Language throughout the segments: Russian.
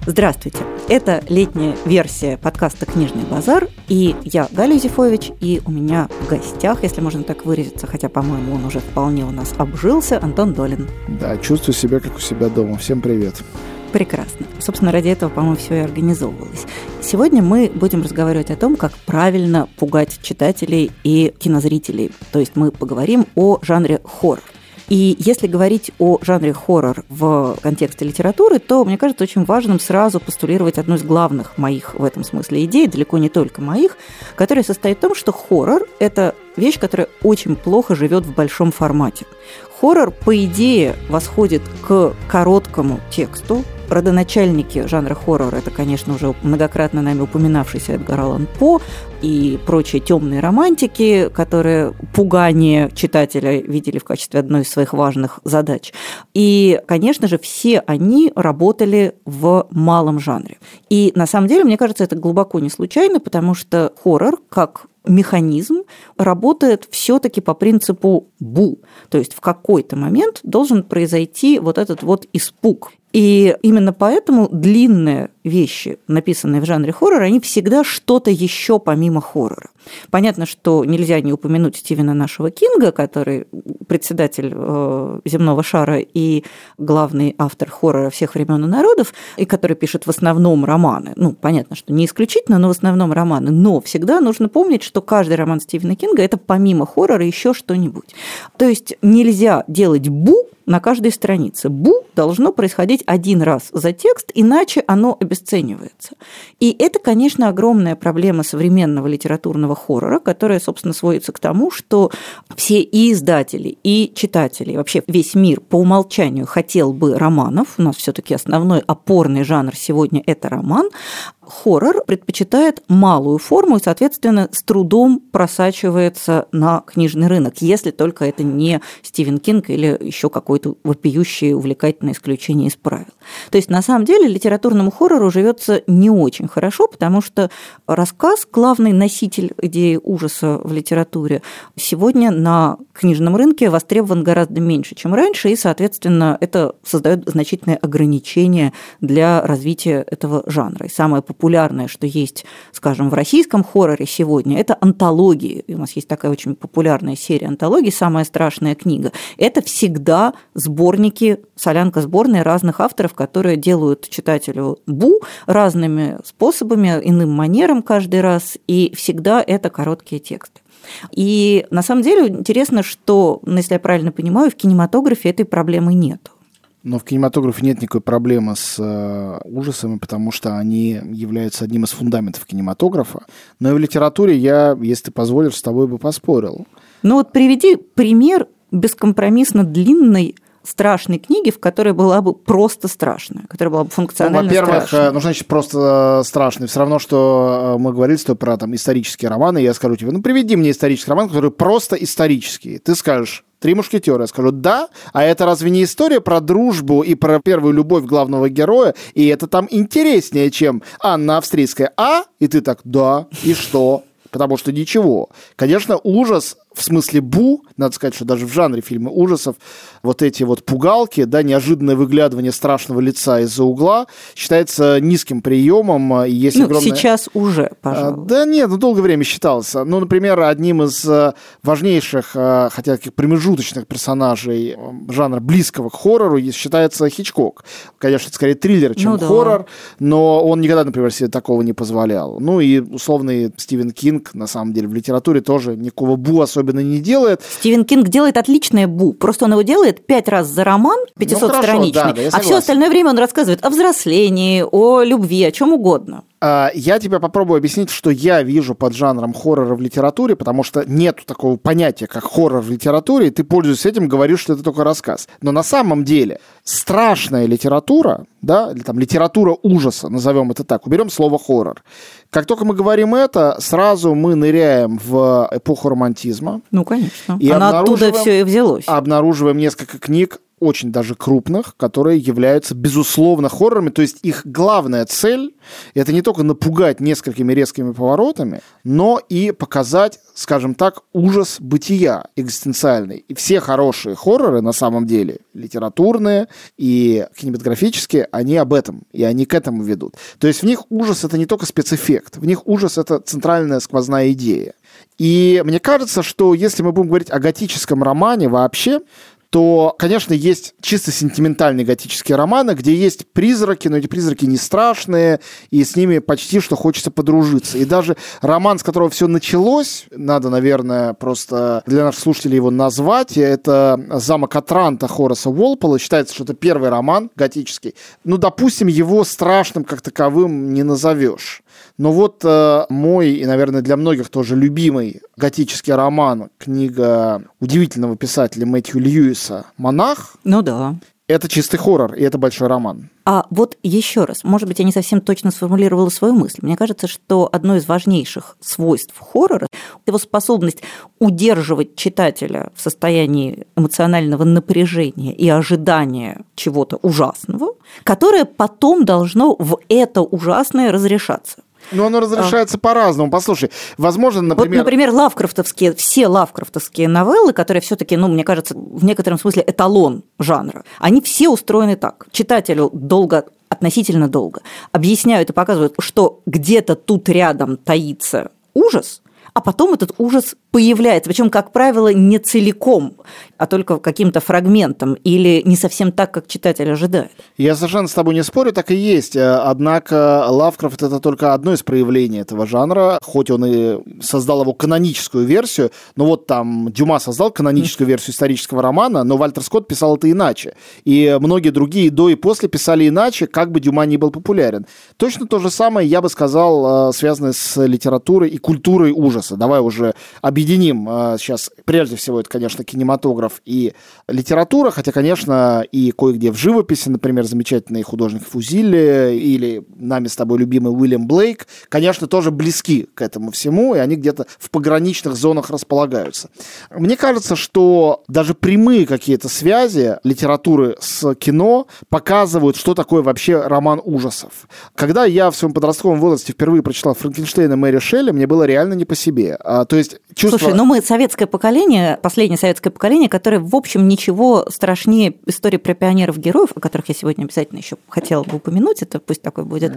Здравствуйте! Это летняя версия подкаста «Книжный базар», и я Галя Юзефович, и у меня в гостях, если можно так выразиться, хотя, по-моему, он уже вполне у нас обжился, Антон Долин. Да, чувствую себя как у себя дома. Всем привет! Прекрасно. Собственно, ради этого, по-моему, все и организовывалось. Сегодня мы будем разговаривать о том, как правильно пугать читателей и кинозрителей. То есть мы поговорим о жанре хоррор. И если говорить о жанре хоррор в контексте литературы, то, мне кажется, очень важным сразу постулировать одну из главных моих в этом смысле идей, далеко не только моих, которая состоит в том, что хоррор – это вещь, которая очень плохо живет в большом формате. Хоррор, по идее, восходит к короткому тексту. Родоначальники жанра хоррора – это, конечно, уже многократно нами упоминавшийся Эдгар Аллан По и прочие темные романтики, которые пугание читателя видели в качестве одной из своих важных задач. И, конечно же, все они работали в малом жанре. И, на самом деле, мне кажется, это глубоко не случайно, потому что хоррор, как механизм, работает все-таки по принципу «бу». То есть в какой-то момент должен произойти вот этот вот испуг. И именно поэтому длинные вещи, написанные в жанре хоррор, они всегда что-то еще помимо хоррора. Понятно, что нельзя не упомянуть Стивена нашего Кинга, который председатель земного шара и главный автор хоррора всех времен и народов, и который пишет в основном романы. Ну, понятно, что не исключительно, но в основном романы. Но всегда нужно помнить, что каждый роман Стивена Кинга – это помимо хоррора еще что-нибудь. То есть нельзя делать «бу» на каждой странице. «Бу» должно происходить один раз за текст, иначе оно обесценивается. И это, конечно, огромная проблема современного литературного хоррора, которая, собственно, сводится к тому, что все и издатели, и читатели, и вообще весь мир по умолчанию хотел бы романов. У нас все-таки основной опорный жанр сегодня – это роман. Хоррор предпочитает малую форму и, соответственно, с трудом просачивается на книжный рынок, если только это не Стивен Кинг или еще какое-то вопиющее увлекательное исключение из правил. То есть, на самом деле, литературному хоррору живется не очень хорошо, потому что рассказ, главный носитель идеи ужаса в литературе, сегодня на книжном рынке востребован гораздо меньше, чем раньше, и, соответственно, это создает значительные ограничения для развития этого жанра. И самое популярное, что есть, скажем, в российском хорроре сегодня, это антологии. И у нас есть такая очень популярная серия антологий «Самая страшная книга». Это всегда сборники, солянка сборная разных авторов, которые делают читателю «бу» разными способами, иным манером каждый раз, и всегда это короткие тексты. И на самом деле интересно, что, если я правильно понимаю, в кинематографе этой проблемы нет. Но в кинематографе нет никакой проблемы с ужасами, потому что они являются одним из фундаментов кинематографа. Но и в литературе я, если ты позволишь, с тобой бы поспорил. Ну вот приведи пример бескомпромиссно длинной страшной книги, в которой была бы просто страшная, которая была бы функционально во-первых, страшной. Значит, просто страшный. Все равно, что мы говорили с тобой про там, исторические романы, я скажу тебе, приведи мне исторический роман, который просто исторический. Ты скажешь «Три мушкетера». Я скажу «да», а это разве не история про дружбу и про первую любовь главного героя? И это там интереснее, чем Анна Австрийская. И ты так «да», и что? Потому что ничего. Конечно, ужас в смысле «бу», надо сказать, что даже в жанре фильма ужасов вот эти вот пугалки, да, неожиданное выглядывание страшного лица из-за угла считается низким приемом. Есть огромное... Сейчас уже, пожалуй. Да нет, долгое время считался. Например, одним из важнейших, хотя таких промежуточных персонажей жанра близкого к хоррору считается Хичкок. Конечно, это скорее триллер, чем хоррор, но он никогда, например, себе такого не позволял. И условный Стивен Кинг, на самом деле, в литературе тоже никакого «бу» особенно не делает. Стивен Кинг делает отличное «бу», просто он его делает 5 раз за роман, 500-страничный, а все остальное время он рассказывает о взрослении, о любви, о чем угодно. Я тебе попробую объяснить, что я вижу под жанром хоррора в литературе, потому что нет такого понятия, как хоррор в литературе, и ты, пользуясь этим, говоришь, что это только рассказ. Но на самом деле страшная литература, да, или там литература ужаса, назовем это так, уберем слово хоррор. Как только мы говорим это, сразу мы ныряем в эпоху романтизма. Ну, конечно. И оттуда все и взялось. Обнаруживаем несколько книг очень даже крупных, которые являются, безусловно, хоррорами. То есть их главная цель — это не только напугать несколькими резкими поворотами, но и показать, скажем так, ужас бытия экзистенциальный. И все хорошие хорроры, на самом деле, литературные и кинематографические, они об этом, и они к этому ведут. То есть в них ужас — это не только спецэффект, в них ужас — это центральная сквозная идея. И мне кажется, что если мы будем говорить о готическом романе вообще, то, конечно, есть чисто сентиментальные готические романы, где есть призраки, но эти призраки не страшные, и с ними почти что хочется подружиться. И даже роман, с которого все началось, надо, наверное, просто для наших слушателей его назвать, это «Замок Атранта» Хораса Уолпола. Считается, что это первый роман готический. Ну, допустим, его страшным как таковым не назовешь. Но вот мой, и, наверное, для многих тоже любимый готический роман, книга удивительного писателя Мэтью Льюиса «Монах». Ну да. Это чистый хоррор, и это большой роман. А вот еще раз, может быть, я не совсем точно сформулировала свою мысль. Мне кажется, что одно из важнейших свойств хоррора – его способность удерживать читателя в состоянии эмоционального напряжения и ожидания чего-то ужасного, которое потом должно в это ужасное разрешаться. Но оно разрешается по-разному. Послушай, возможно, например... Вот, например, все лавкрафтовские новеллы, которые все-таки, мне кажется, в некотором смысле эталон жанра, они все устроены так. Читателю относительно долго объясняют и показывают, что где-то тут рядом таится ужас, а потом этот ужас появляется, причем, как правило, не целиком, а только каким-то фрагментом или не совсем так, как читатель ожидает. Я совершенно с тобой не спорю, так и есть. Однако Лавкрафт — это только одно из проявлений этого жанра, хоть он и создал его каноническую версию, но вот там Дюма создал каноническую версию исторического романа, но Вальтер Скотт писал это иначе. И многие другие до и после писали иначе, как бы Дюма ни был популярен. Точно то же самое, я бы сказал, связанное с литературой и культурой ужаса. Давай уже объединим сейчас, прежде всего, это, конечно, кинематограф и литература, хотя, конечно, и кое-где в живописи, например, замечательный художник Фузилли или нами с тобой любимый Уильям Блейк, конечно, тоже близки к этому всему, и они где-то в пограничных зонах располагаются. Мне кажется, что даже прямые какие-то связи литературы с кино показывают, что такое вообще роман ужасов. Когда я в своем подростковом возрасте впервые прочитал Франкенштейна Мэри Шелли, мне было реально не по себе. То есть чувство... Слушай, мы советское поколение, последнее советское поколение, которое, в общем, ничего страшнее истории про пионеров-героев, о которых я сегодня обязательно еще хотела бы упомянуть, это пусть такой будет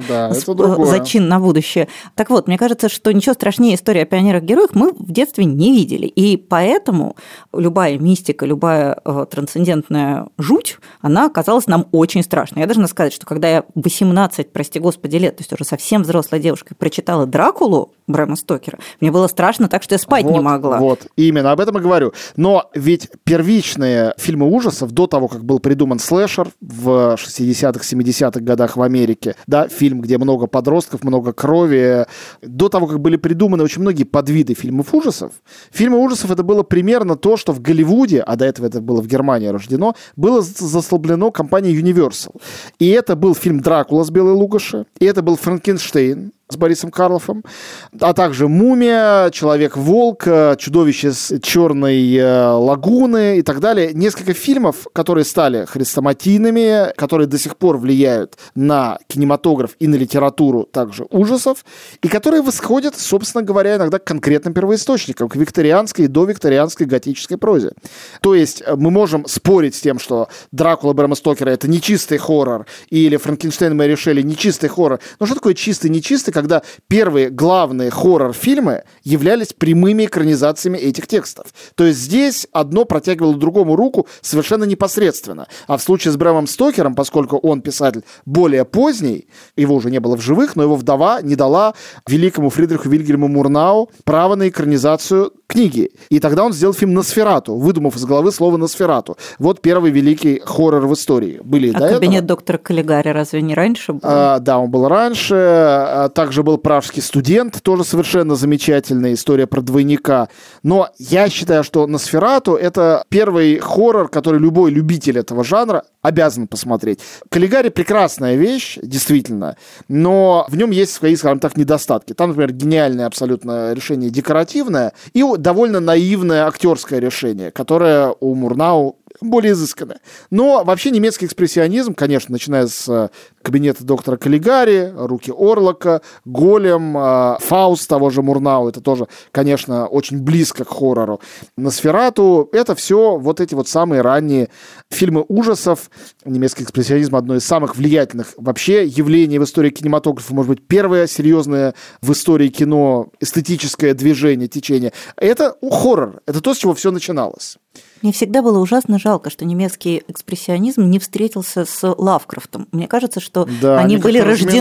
зачин на будущее. Так вот, мне кажется, что ничего страшнее истории о пионерах-героях мы в детстве не видели, и поэтому любая мистика, любая трансцендентная жуть, она оказалась нам очень страшной. Я должна сказать, что когда я 18, прости господи, лет, то есть уже совсем взрослой девушкой, прочитала «Дракулу» Брэма Стокера, мне было страшно так, что я спать не могла. Вот, именно об этом и говорю. Но ведь первичные фильмы ужасов, до того, как был придуман слэшер в 60-х, 70-х годах в Америке, да, фильм, где много подростков, много крови, до того, как были придуманы очень многие подвиды фильмов ужасов, фильмы ужасов — это было примерно то, что в Голливуде, а до этого это было в Германии рождено, было застолблено компанией Universal. И это был фильм «Дракула» с Белой Лугоши, и это был «Франкенштейн» с Борисом Карлоффом, а также «Мумия», «Человек-волк», «Чудовище с черной лагуны» и так далее. Несколько фильмов, которые стали хрестоматийными, которые до сих пор влияют на кинематограф и на литературу также ужасов, и которые восходят, собственно говоря, иногда к конкретным первоисточникам, к викторианской и довикторианской готической прозе. То есть мы можем спорить с тем, что «Дракула» Брэма Стокера — это не чистый хоррор, или «Франкенштейн» Мэри Шелли — не чистый хоррор. Но что такое чистый, нечистый, когда первые главные хоррор-фильмы являлись прямыми экранизациями этих текстов? То есть здесь одно протягивало другому руку совершенно непосредственно. А в случае с Брэмом Стокером, поскольку он писатель более поздний, его уже не было в живых, но его вдова не дала великому Фридриху Вильгельму Мурнау право на экранизацию книги. И тогда он сделал фильм «Носферату», выдумав из головы слово «Носферату». Вот первый великий хоррор в истории. Были до этого. «Кабинет доктора Каллигари» разве не раньше был? Да, он был раньше. Также был «Пражский студент», тоже совершенно замечательная история про двойника. Но я считаю, что «Носферату» — это первый хоррор, который любой любитель этого жанра обязан посмотреть. Каллигари — прекрасная вещь, действительно, но в нем есть свои, скажем так, недостатки. Там, например, гениальное абсолютно решение декоративное и довольно наивное актерское решение, которое у Мурнау более изысканная. Но вообще немецкий экспрессионизм, конечно, начиная с кабинета доктора Каллигари, руки Орлока, Голем, Фауст того же Мурнау, это тоже, конечно, очень близко к хоррору. Носферату, это все вот эти вот самые ранние фильмы ужасов. Немецкий экспрессионизм — одно из самых влиятельных вообще явлений в истории кинематографа, может быть, первое серьезное в истории кино эстетическое движение, течение. Это хоррор, это то, с чего все начиналось. Мне всегда было ужасно жалко, что немецкий экспрессионизм не встретился с Лавкрафтом. Мне кажется, что они были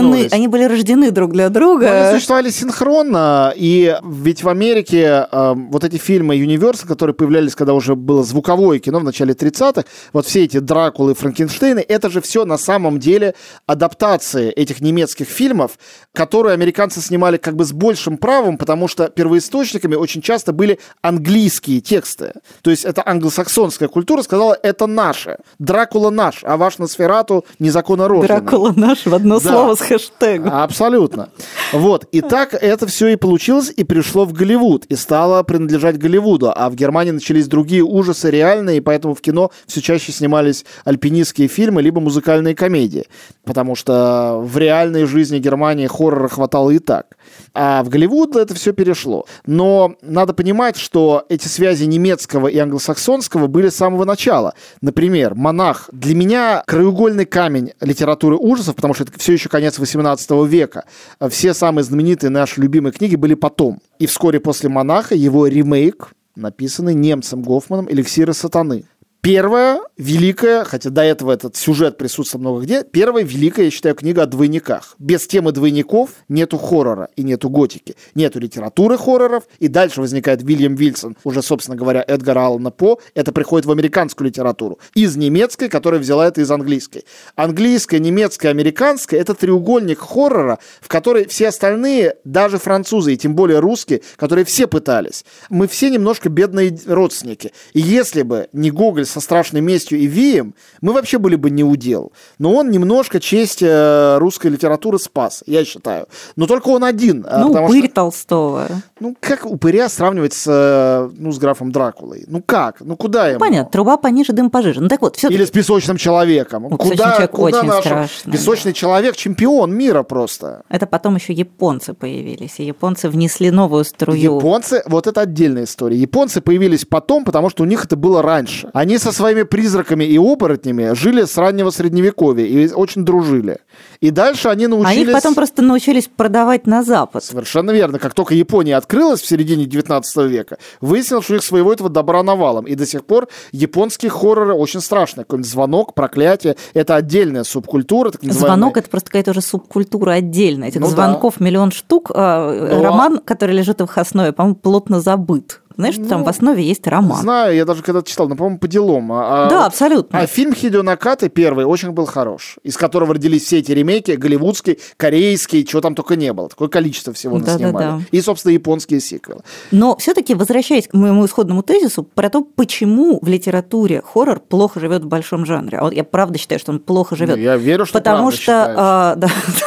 рождены друг для друга. Но они существовали синхронно, и ведь в Америке вот эти фильмы Universal, которые появлялись, когда уже было звуковое кино в начале 30-х, вот все эти Дракулы, Франкенштейны, это же все на самом деле адаптации этих немецких фильмов, которые американцы снимали как бы с большим правом, потому что первоисточниками очень часто были английские тексты. То есть это англосаксонская культура сказала, это наше. Дракула наш, а ваш Носферату незаконно рожденный. Дракула наш в одно слово с хэштегом. Абсолютно. Вот. И так это все и получилось, и пришло в Голливуд, и стало принадлежать Голливуду. А в Германии начались другие ужасы реальные, и поэтому в кино все чаще снимались альпинистские фильмы, либо музыкальные комедии. Потому что в реальной жизни Германии хоррора хватало и так. А в Голливуд это все перешло. Но надо понимать, что эти связи немецкого и англосаксонского были с самого начала. Например, «Монах» для меня краеугольный камень литературы ужасов, потому что это все еще конец XVIII века. Все самые знаменитые наши любимые книги были потом. И вскоре после «Монаха» его ремейк, написанный немцем Гофманом, «Эликсиры сатаны». Первая великая, хотя до этого этот сюжет присутствовал много где, первая великая, я считаю, книга о двойниках. Без темы двойников нету хоррора и нету готики. Нету литературы хорроров, и дальше возникает Вильям Вильсон, уже, собственно говоря, Эдгара Аллана По. Это приходит в американскую литературу. Из немецкой, которая взяла это из английской. Английская, немецкая, американская — это треугольник хоррора, в который все остальные, даже французы, и тем более русские, которые все пытались. Мы все немножко бедные родственники. И если бы не Гоголь со «Страшной местью» и Вием, мы вообще были бы не удел. Но он немножко честь русской литературы спас, я считаю. Но только он один. Упырь Толстого. Как упыря сравнивать с графом Дракулой? Как? Куда ему? Понятно, труба пониже, дым пожиже. Так вот, или с песочным человеком. Песочный человек очень страшный. Песочный человек — чемпион мира просто. Это потом еще японцы появились, и японцы внесли новую струю. Японцы, вот это отдельная история. Японцы появились потом, потому что у них это было раньше. Они со своими призраками и оборотнями жили с раннего Средневековья и очень дружили. И дальше они научились... Они потом просто научились продавать на Запад. Совершенно верно. Как только Япония открылась в середине 19 века, выяснилось, что у них своего этого добра навалом. И до сих пор японские хорроры очень страшные. Какой-нибудь «Звонок», «Проклятие» — это отдельная субкультура. Так называемая... «Звонок» — это просто какая-то уже субкультура отдельная. Этих звонков миллион штук. Роман, который лежит в их основе, по-моему, плотно забыт. Знаешь, что там в основе есть роман. Знаю, я даже когда-то читал, но, по-моему, по делам. Да, абсолютно. А фильм Хидео Накаты первый очень был хорош, из которого родились все эти ремейки, голливудские, корейские, чего там только не было. Такое количество всего наснимали. Да. И, собственно, японские сиквелы. Но все-таки, возвращаясь к моему исходному тезису, про то, почему в литературе хоррор плохо живет в большом жанре. А я правда считаю, что он плохо живет. Я верю, что потому что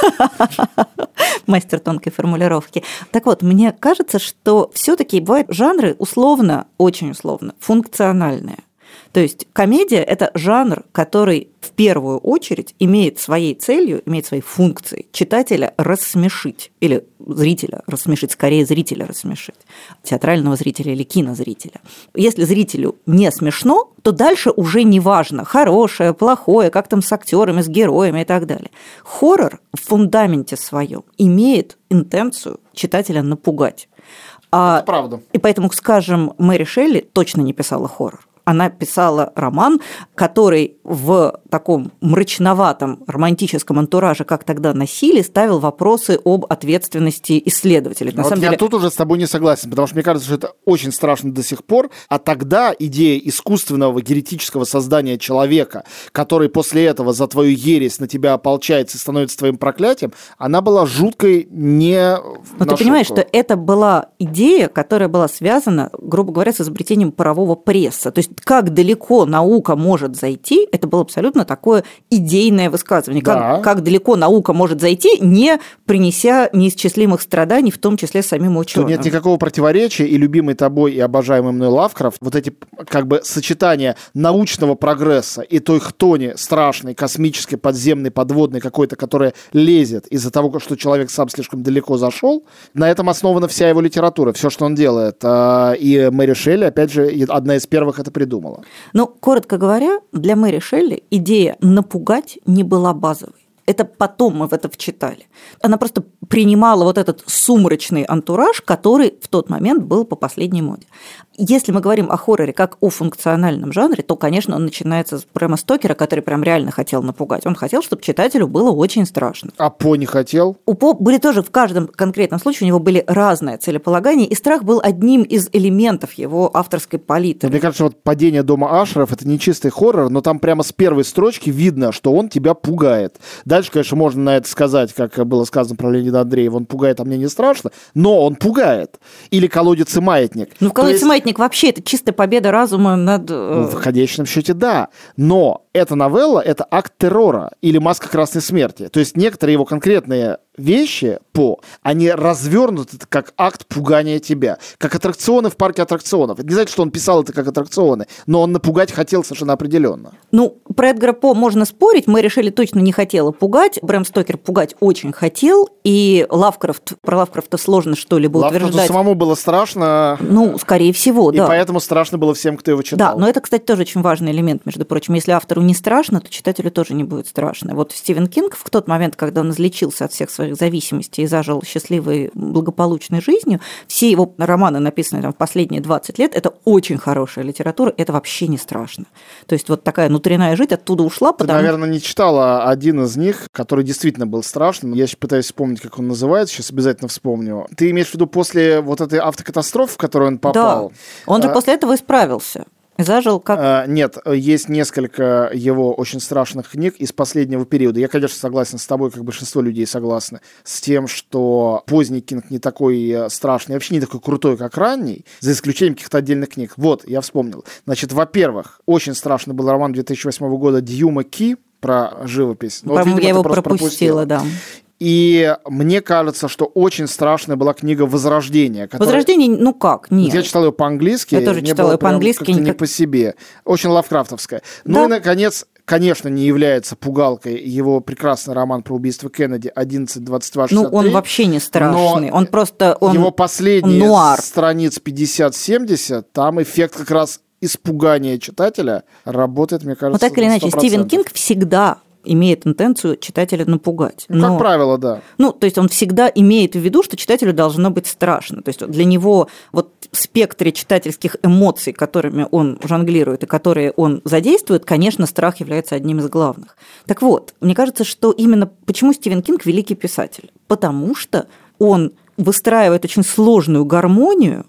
мастер тонкой формулировки. Так вот, мне кажется, что все-таки бывают жанры условно, очень условно, функциональные. То есть комедия – это жанр, который в первую очередь имеет своей целью, имеет своей функцией читателя рассмешить или зрителя рассмешить, скорее зрителя рассмешить, театрального зрителя или кинозрителя. Если зрителю не смешно, то дальше уже не важно, хорошее, плохое, как там с актерами, с героями и так далее. Хоррор в фундаменте своем имеет интенцию читателя напугать. Это правда. И поэтому, скажем, Мэри Шелли точно не писала хоррор. Она писала роман, который в таком мрачноватом романтическом антураже, как тогда носили, ставил вопросы об ответственности исследователей. На самом деле... Я тут уже с тобой не согласен, потому что мне кажется, что это очень страшно до сих пор. А тогда идея искусственного геретического создания человека, который после этого за твою ересь на тебя ополчается и становится твоим проклятием, она была жуткой не... Но ты понимаешь, что это была идея, которая была связана, грубо говоря, с изобретением парового пресса. То есть как далеко наука может зайти, это было абсолютно такое идейное высказывание. Да. Как далеко наука может зайти, не принеся неисчислимых страданий, в том числе самим ученым. Тут нет никакого противоречия, и любимый тобой, и обожаемый мной Лавкрафт, вот эти как бы сочетания научного прогресса и той хтони страшной, космической, подземной, подводной какой-то, которая лезет из-за того, что человек сам слишком далеко зашел, на этом основана вся его литература, все, что он делает. И Мэри Шелли, опять же, одна из первых это придумала. Ну, коротко говоря, для Мэри Шелли идея напугать не была базовой. Это потом мы в это вчитали. Она просто принимала вот этот сумрачный антураж, который в тот момент был по последней моде. Если мы говорим о хорроре как о функциональном жанре, то, конечно, он начинается с Брэма Стокера, который прям реально хотел напугать. Он хотел, чтобы читателю было очень страшно. А По не хотел? У По были тоже в каждом конкретном случае, у него были разные целеполагания, и страх был одним из элементов его авторской палитры. Мне кажется, вот «Падение дома Ашеров» — это не чистый хоррор, но там прямо с первой строчки видно, что он тебя пугает. Дальше, конечно, можно на это сказать, как было сказано про Леонида Андреева, он пугает, а мне не страшно, но он пугает. Или «Колодец и маятник». Ну, в «Колодец и маятник» вообще это чистая победа разума над... В конечном счете, да. Но эта новелла — это акт террора или «Маска красной смерти». То есть некоторые его конкретные вещи они развернуты как акт пугания тебя, как аттракционы в парке аттракционов. Это не значит, что он писал это как аттракционы, но он напугать хотел совершенно определенно. Ну, про Эдгара По можно спорить, Мэри Шелли точно не хотела пугать, Брэм Стокер пугать очень хотел, и про Лавкрафта сложно что-либо утверждать. Лавкрафту самому было страшно. Ну, скорее всего, да. И поэтому страшно было всем, кто его читал. Да, но это, кстати, тоже очень важный элемент, между прочим. Если автору не страшно, то читателю тоже не будет страшно. Вот Стивен Кинг в тот момент, когда он излечился от всех своих зависимостей и зажил счастливой, благополучной жизнью, все его романы, написанные там в последние 20 лет, это очень хорошая литература, это вообще не страшно. То есть вот такая внутренняя жизнь оттуда ушла. Ты, наверное, не читала один из них, который действительно был страшным. Я сейчас пытаюсь вспомнить, как он называется, сейчас обязательно вспомню. Ты имеешь в виду после вот этой автокатастрофы, в которую он попал? Да, он же после этого исправился. Зажил как... Нет, есть несколько его очень страшных книг из последнего периода. Я, конечно, согласен с тобой, как большинство людей согласны, с тем, что поздний Кинг не такой страшный, вообще не такой крутой, как ранний, за исключением каких-то отдельных книг. Вот, я вспомнил. Значит, во-первых, очень страшный был роман 2008 года Дьюма Ки про живопись. По-моему, я его пропустила, да. И мне кажется, что очень страшная была книга «Возрождение». «Возрождение», ну как, нет. Я читал ее по-английски. Я тоже читала ее по-английски. Не по себе. Очень лавкрафтовская. Да. Ну и, наконец, конечно, не является пугалкой его прекрасный роман про убийство Кеннеди 11-22-63. Ну, он вообще не страшный. Он просто... его последние страниц 50-70, там эффект как раз испугания читателя работает, мне кажется, но так или иначе, Стивен Кинг всегда имеет интенцию читателя напугать. Как правило, да. Ну, то есть он всегда имеет в виду, что читателю должно быть страшно. То есть для него вот в спектре читательских эмоций, которыми он жонглирует и которые он задействует, конечно, страх является одним из главных. Так вот, мне кажется, что именно почему Стивен Кинг великий писатель? Потому что он выстраивает очень сложную гармонию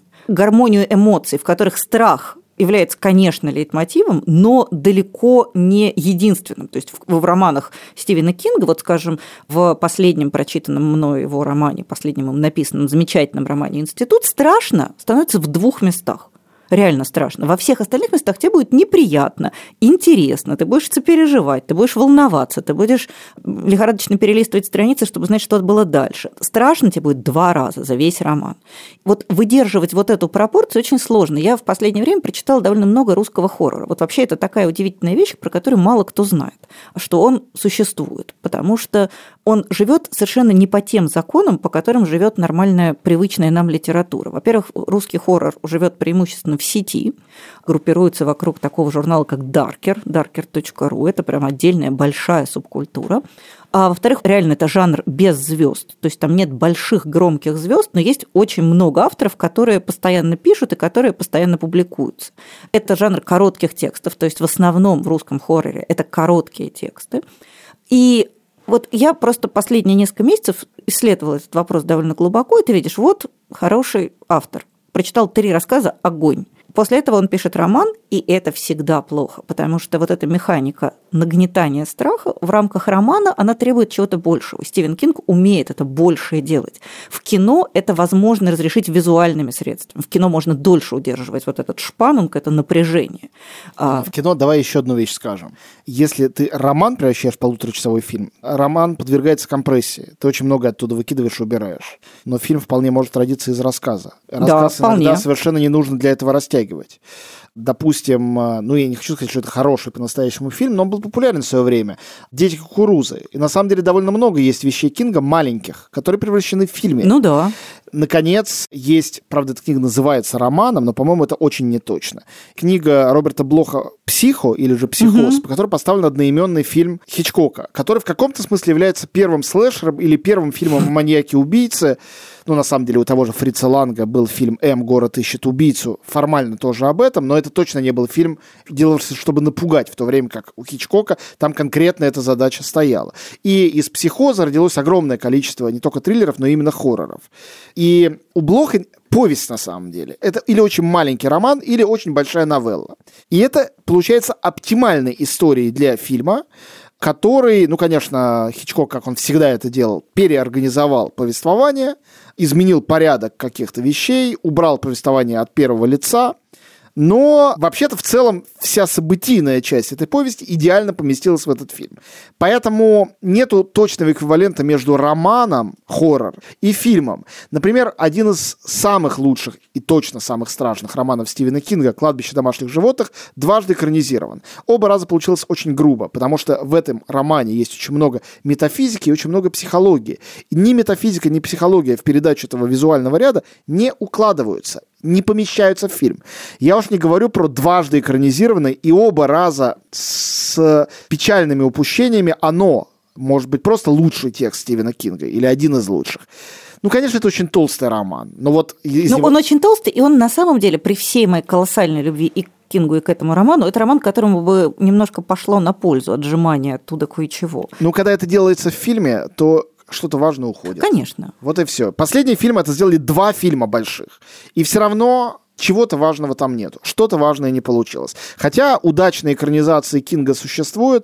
эмоций, в которых страх является, конечно, лейтмотивом, но далеко не единственным. То есть в романах Стивена Кинга, вот, скажем, в последнем прочитанном мной его романе, последнем написанном замечательном романе «Институт», страшно становится в 2 местах. Реально страшно. Во всех остальных местах тебе будет неприятно, интересно, ты будешь сопереживать, ты будешь волноваться, ты будешь лихорадочно перелистывать страницы, чтобы знать, что было дальше. Страшно тебе будет 2 раза за весь роман. Вот выдерживать вот эту пропорцию очень сложно. Я в последнее время прочитала довольно много русского хоррора. Вот вообще это такая удивительная вещь, про которую мало кто знает, что он существует, потому что он живет совершенно не по тем законам, по которым живет нормальная, привычная нам литература. Во-первых, русский хоррор живет преимущественно в сети, группируется вокруг такого журнала, как Darker, darker.ru. Это прям отдельная большая субкультура. А во-вторых, реально это жанр без звезд. То есть там нет больших громких звезд, но есть очень много авторов, которые постоянно пишут и которые постоянно публикуются. Это жанр коротких текстов, то есть в основном в русском хорроре это короткие тексты. И вот я просто последние несколько месяцев исследовала этот вопрос довольно глубоко, и ты видишь, вот хороший автор. Прочитал 3 рассказа «Огонь». После этого он пишет роман, и это всегда плохо, потому что вот эта механика нагнетания страха в рамках романа, она требует чего-то большего. Стивен Кинг умеет это большее делать. В кино это возможно разрешить визуальными средствами. В кино можно дольше удерживать вот этот шпанунг, это напряжение. В кино давай еще одну вещь скажем. Если ты роман превращаешь в полуторачасовой фильм, роман подвергается компрессии. Ты очень много оттуда выкидываешь и убираешь. Но фильм вполне может родиться из рассказа. Рассказ иногда совершенно не нужно для этого растягивать. Допустим, я не хочу сказать, что это хороший по-настоящему фильм, но он был популярен в свое время. «Дети кукурузы». И на самом деле довольно много есть вещей Кинга маленьких, которые превращены в фильме. Ну да. Наконец, есть, правда, эта книга называется романом, но, по-моему, это очень неточно. Книга Роберта Блоха «Психо» или же «Психоз», по которой поставлен одноименный фильм Хичкока, который в каком-то смысле является первым слэшером или первым фильмом о маньяке-убийце. На самом деле, у того же Фрица Ланга был фильм «М. Город ищет убийцу», формально тоже об этом, но это точно не был фильм, делавшийся, чтобы напугать, в то время как у Хичкока там конкретно эта задача стояла. И из «Психоза» родилось огромное количество не только триллеров, но и именно хорроров. И у Блоха повесть, на самом деле. Это или очень маленький роман, или очень большая новелла. И это, получается, оптимальной историей для фильма, который, конечно, Хичкок, как он всегда это делал, переорганизовал повествование, изменил порядок каких-то вещей, убрал повествование от первого лица, но вообще-то в целом вся событийная часть этой повести идеально поместилась в этот фильм. Поэтому нету точного эквивалента между романом, хоррор, и фильмом. Например, один из самых лучших и точно самых страшных романов Стивена Кинга «Кладбище домашних животных» дважды экранизирован. Оба раза получилось очень грубо, потому что в этом романе есть очень много метафизики и очень много психологии. И ни метафизика, ни психология в передачу этого визуального ряда не укладываются, не помещаются в фильм. Я уж не говорю про дважды экранизированный и оба раза с печальными упущениями «Оно». Может быть, просто лучший текст Стивена Кинга или один из лучших. Конечно, это очень толстый роман. Но он очень толстый, и он на самом деле при всей моей колоссальной любви и к Кингу, и к этому роману, это роман, которому бы немножко пошло на пользу отжимания оттуда кое-чего. Когда это делается в фильме, то что-то важное уходит. Конечно. Вот и все. Последний фильм это сделали 2 фильма больших. И все равно чего-то важного там нету. Что-то важное не получилось. Хотя удачные экранизации Кинга существуют,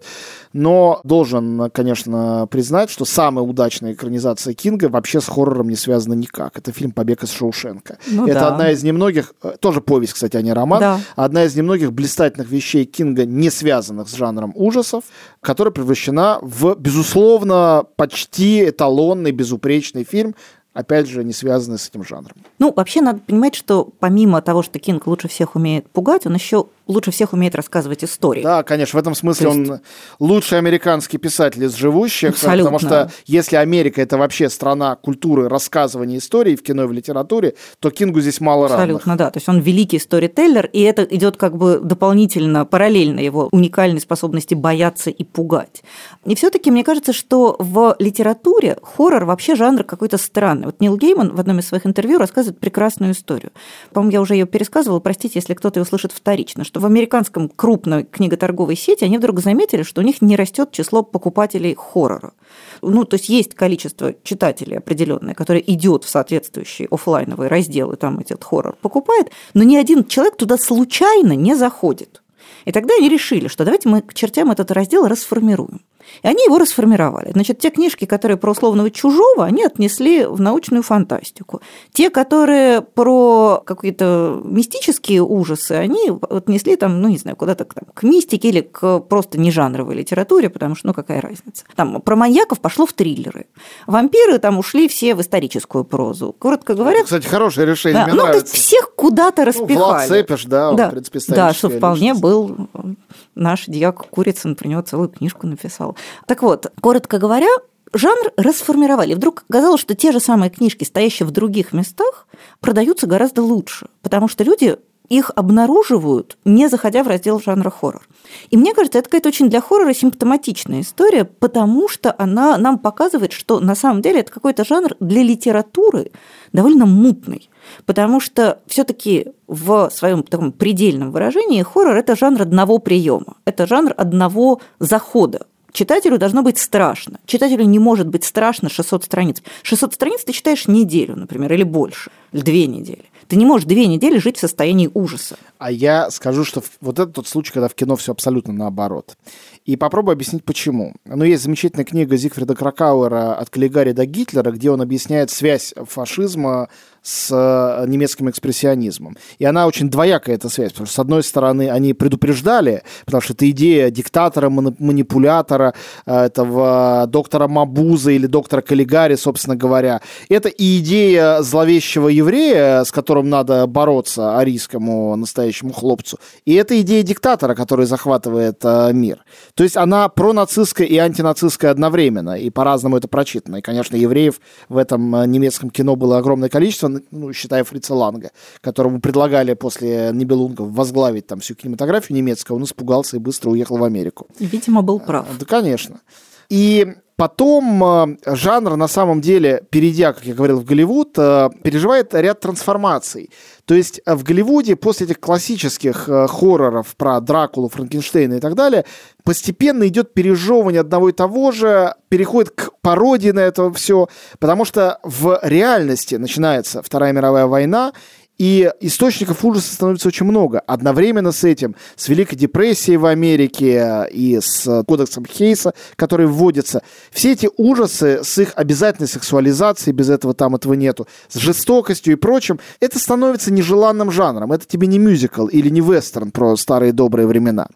но должен, конечно, признать, что самая удачная экранизация Кинга вообще с хоррором не связана никак. Это фильм «Побег из Шоушенка». Это одна из немногих, тоже повесть, кстати, а не роман, одна из немногих блистательных вещей Кинга, не связанных с жанром ужасов, которая превращена в, безусловно, почти эталонный, безупречный фильм, опять же, не связанный с этим жанром. Вообще надо понимать, что помимо того, что Кинг лучше всех умеет пугать, он еще лучше всех умеет рассказывать истории. Да, конечно, в этом смысле он лучший американский писатель из живущих, абсолютно. Потому что если Америка – это вообще страна культуры рассказывания историй в кино и в литературе, то Кингу здесь мало равных. Абсолютно, да. То есть он великий сторителлер, и это идет как бы дополнительно, параллельно его уникальной способности бояться и пугать. И все-таки мне кажется, что в литературе хоррор вообще жанр какой-то странный. Вот Нил Гейман в одном из своих интервью рассказывает прекрасную историю. По-моему, я уже ее пересказывала, простите, если кто-то ее услышит вторично, что в американском крупной книготорговой сети они вдруг заметили, что у них не растет число покупателей хоррора. То есть количество читателей определенное, которое идет в соответствующие офлайновые разделы, там этот хоррор покупает, но ни один человек туда случайно не заходит. И тогда они решили, что давайте мы к чертям этот раздел расформируем. И они его расформировали. Значит, те книжки, которые про условного чужого, они отнесли в научную фантастику. Те, которые про какие-то мистические ужасы, они отнесли куда-то к мистике или к просто нежанровой литературе, потому что, какая разница. Там про маньяков пошло в триллеры. Вампиры там ушли все в историческую прозу. Коротко говоря... Это, кстати, хорошее решение, мне нравится. То есть всех куда-то распихали. Влад Цепиш, он, в принципе, историческая что вполне личность. Был наш дьяк Курицын, про него целую книжку написал. Так вот, коротко говоря, жанр расформировали. Вдруг казалось, что те же самые книжки, стоящие в других местах, продаются гораздо лучше, потому что люди их обнаруживают, не заходя в раздел жанра хоррор. И мне кажется, это какая-то очень для хоррора симптоматичная история, потому что она нам показывает, что на самом деле это какой-то жанр для литературы довольно мутный. Потому что все-таки в своем таком предельном выражении хоррор – это жанр одного приема, это жанр одного захода. Читателю должно быть страшно. Читателю не может быть страшно 600 страниц. 600 страниц ты читаешь неделю, например, или больше, или 2 недели. Ты не можешь 2 недели жить в состоянии ужаса. А я скажу, что вот это тот случай, когда в кино все абсолютно наоборот. И попробую объяснить, почему. Ну, есть замечательная книга Зигфрида Кракауэра «От Каллигари до Гитлера», где он объясняет связь фашизма с немецким экспрессионизмом. И она очень двоякая, эта связь. Потому что, с одной стороны, они предупреждали, потому что это идея диктатора, манипулятора, этого доктора Мабуза или доктора Каллигари, собственно говоря. Это и идея зловещего еврея, с которым надо бороться, арийскому настоящему хлопцу. И это идея диктатора, который захватывает мир. То есть она пронацистская и антинацистская одновременно, и по-разному это прочитано. И, конечно, евреев в этом немецком кино было огромное количество, ну, считая Фрица Ланга, которому предлагали после Нибелунгов возглавить там всю кинематографию немецкую, он испугался и быстро уехал в Америку. И, видимо, был прав. Да, конечно. И потом жанр, на самом деле, перейдя, как я говорил, в Голливуд, переживает ряд трансформаций. То есть в Голливуде после этих классических хорроров про Дракулу, Франкенштейна и так далее, постепенно идет пережевывание одного и того же, переходит к пародии на это все, потому что в реальности начинается Вторая мировая война, и источников ужаса становится очень много. Одновременно с этим, с Великой депрессией в Америке и с кодексом Хейса, который вводится, все эти ужасы с их обязательной сексуализацией, без этого там этого нету, с жестокостью и прочим, это становится нежеланным жанром. Это тебе не мюзикл или не вестерн про старые добрые времена.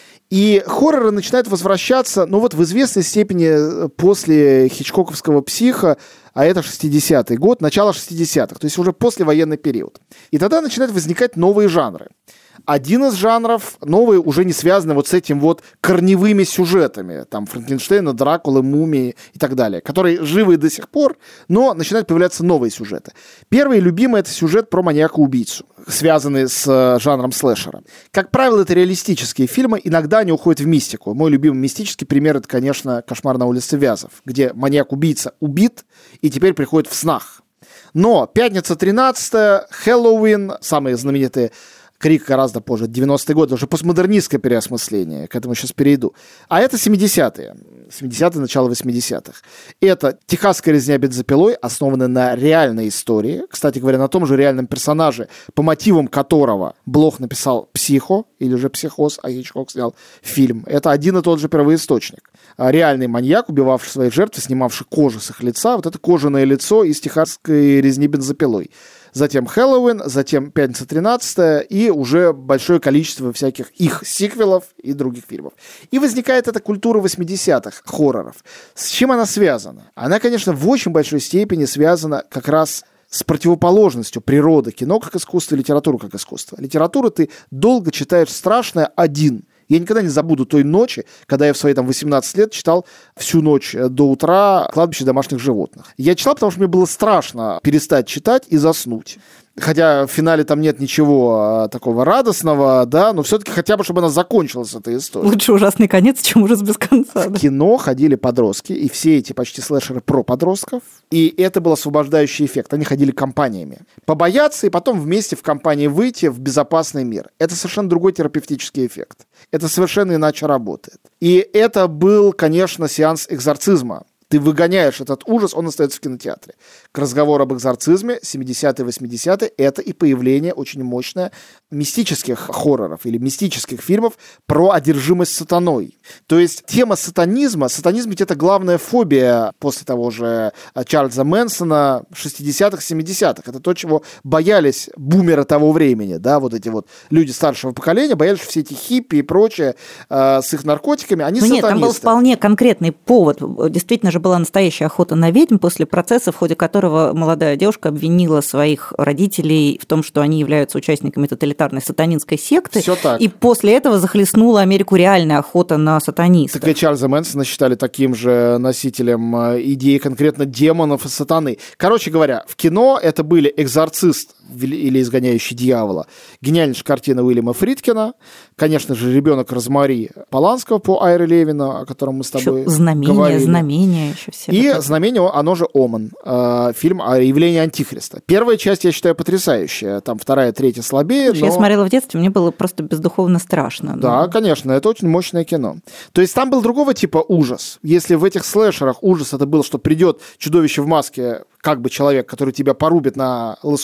И хорроры начинают возвращаться, ну вот в известной степени после хичкоковского «Психа», а это 60-й год, начало 60-х, то есть уже послевоенный период. И тогда начинают возникать новые жанры. Один из жанров, новые, уже не связаны вот с этим вот корневыми сюжетами, там Франкенштейна, Дракулы, Мумии и так далее, которые живы до сих пор, но начинают появляться новые сюжеты. Первый любимый — это сюжет про маньяка-убийцу, связанный с жанром слэшера. Как правило, это реалистические фильмы, иногда они уходят в мистику. Мой любимый мистический пример — это, конечно, «Кошмар на улице Вязов», где маньяк-убийца убит и теперь приходит в снах. Но «Пятница 13», «Хэллоуин», самые знаменитые, «Крик» гораздо позже, 90-е годы, уже постмодернистское переосмысление, к этому сейчас перейду. А это 70-е, начало 80-х. Это «Техасская резня бензопилой», основанная на реальной истории, кстати говоря, на том же реальном персонаже, по мотивам которого Блох написал «Психо», или же «Психоз», а Хичкок снял фильм. Это один и тот же первоисточник. Реальный маньяк, убивавший своих жертв, снимавший кожу с их лица, вот это кожаное лицо из «Техасской резни бензопилой». Затем «Хэллоуин», затем «Пятница 13», и уже большое количество всяких их сиквелов и других фильмов. И возникает эта культура 80-х хорроров. С чем она связана? Она, конечно, в очень большой степени связана как раз с противоположностью природы кино как искусства и литературы как искусства. Литературу ты долго читаешь страшное один. Я никогда не забуду той ночи, когда я в свои 18 лет читал всю ночь до утра «Кладбище домашних животных». Я читал, потому что мне было страшно перестать читать и заснуть. Хотя в финале там нет ничего такого радостного, да, но все-таки хотя бы, чтобы она закончилась, эта история. Лучше ужасный конец, чем ужас без конца. В кино ходили подростки, и все эти почти слэшеры про подростков, и это был освобождающий эффект. Они ходили компаниями. Побояться и потом вместе в компании выйти в безопасный мир. Это совершенно другой терапевтический эффект. Это совершенно иначе работает. И это был, конечно, сеанс экзорцизма. Ты выгоняешь этот ужас, он остается в кинотеатре. К разговору об экзорцизме 70-е, 80-е это и появление очень мощное мистических хорроров или мистических фильмов про одержимость сатаной. То есть тема сатанизма, сатанизм ведь это главная фобия после того же Чарльза Мэнсона 60-х, 70-х. Это то, чего боялись бумеры того времени, да, вот эти вот люди старшего поколения, боялись, что все эти хиппи и прочее с их наркотиками, они сатанисты. Нет, там был вполне конкретный повод. Действительно же была настоящая охота на ведьм после процесса, в ходе которого молодая девушка обвинила своих родителей в том, что они являются участниками тоталитарной сатанинской секты. Все так. И после этого захлестнула Америку реальная охота на сатанистов. Так и Чарльза Мэнсона считали таким же носителем идеи конкретно демонов и сатаны. Короче говоря, в кино это были «Экзорцист» или «Изгоняющий дьявола», гениальнейшая картина Уильяма Фридкина, конечно же, «Ребенок Розмари» Поланского по Айре Левину, о котором мы с тобой говорили. Знамение еще все. И «Знамение», оно же «Оман», фильм о явлении Антихриста. Первая часть, я считаю, потрясающая, там вторая, третья слабее. Я смотрела в детстве, мне было просто бездуховно страшно. Да, конечно, это очень мощное кино. То есть там был другого типа ужас. Если в этих слэшерах ужас это был, что придет чудовище в маске, как бы человек, который тебя порубит на лоскуты,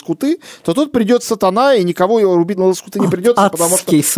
то тут придет сатана, и никого его рубить на лоскуты не придется, потому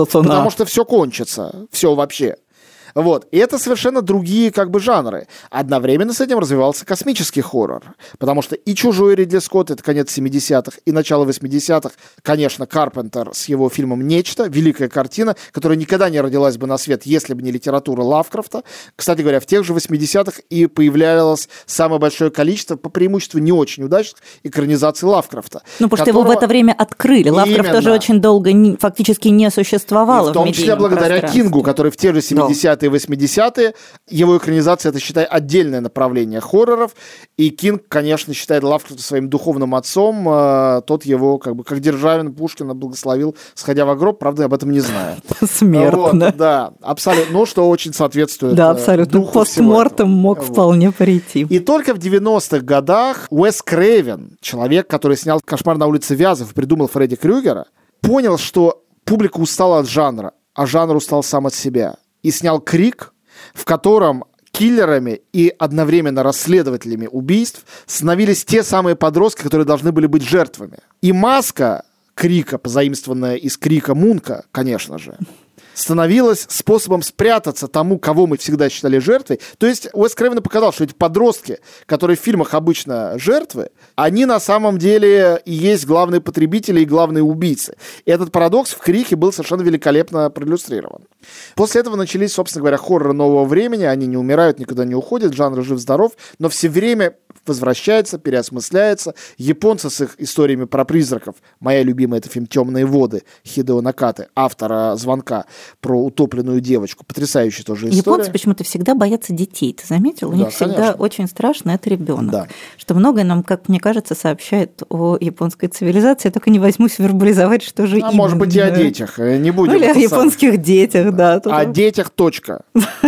что все кончится, все вообще. Вот. И это совершенно другие как бы жанры. Одновременно с этим развивался космический хоррор. Потому что и «Чужой» Ридли Скотта, это конец 70-х, и начало 80-х, конечно, Карпентер с его фильмом «Нечто», великая картина, которая никогда не родилась бы на свет, если бы не литература Лавкрафта. Кстати говоря, в тех же 80-х и появлялось самое большое количество, по преимуществу не очень удачных, экранизаций Лавкрафта. Ну, потому что его в это время открыли. Лавкрафт тоже очень долго фактически не существовало. И в том числе благодаря Кингу, который в те же 70-е и 80-е, его экранизация, это, считай, отдельное направление хорроров, и Кинг, конечно, считает Лавкрафта своим духовным отцом, тот его, как Державин Пушкина благословил, сходя в гроб, правда, я об этом не знаю. Смертно. Вот, да, абсолютно, ну, что очень соответствует да, абсолютно. Духу постмортем мог вполне прийти. И только в 90-х годах Уэс Крейвен, человек, который снял «Кошмар на улице Вязов» и придумал Фредди Крюгера, понял, что публика устала от жанра, а жанр устал сам от себя. И снял «Крик», в котором киллерами и одновременно расследователями убийств становились те самые подростки, которые должны были быть жертвами. И маска Крика, позаимствованная из «Крика» Мунка, конечно же, становилась способом спрятаться тому, кого мы всегда считали жертвой. То есть Уэс Крейвен показал, что эти подростки, которые в фильмах обычно жертвы, они на самом деле и есть главные потребители и главные убийцы. И этот парадокс в «Крике» был совершенно великолепно проиллюстрирован. После этого начались, собственно говоря, хорроры нового времени. Они не умирают, никуда не уходят, жанр жив-здоров, но все время возвращается, переосмысляется. Японцы с их историями про призраков. Моя любимая — это фильм «Темные воды» Хидео Накаты, автора «Звонка», про утопленную девочку. Потрясающая тоже история. Японцы почему-то всегда боятся детей. Ты заметил? У них всегда конечно. Очень страшно, это ребенок. Да. Что многое нам, как мне кажется, сообщает о японской цивилизации. Я только не возьмусь вербализовать, что же именно. Может быть, и о детях. Не будем. Или о японских детях, да. О детях, точка.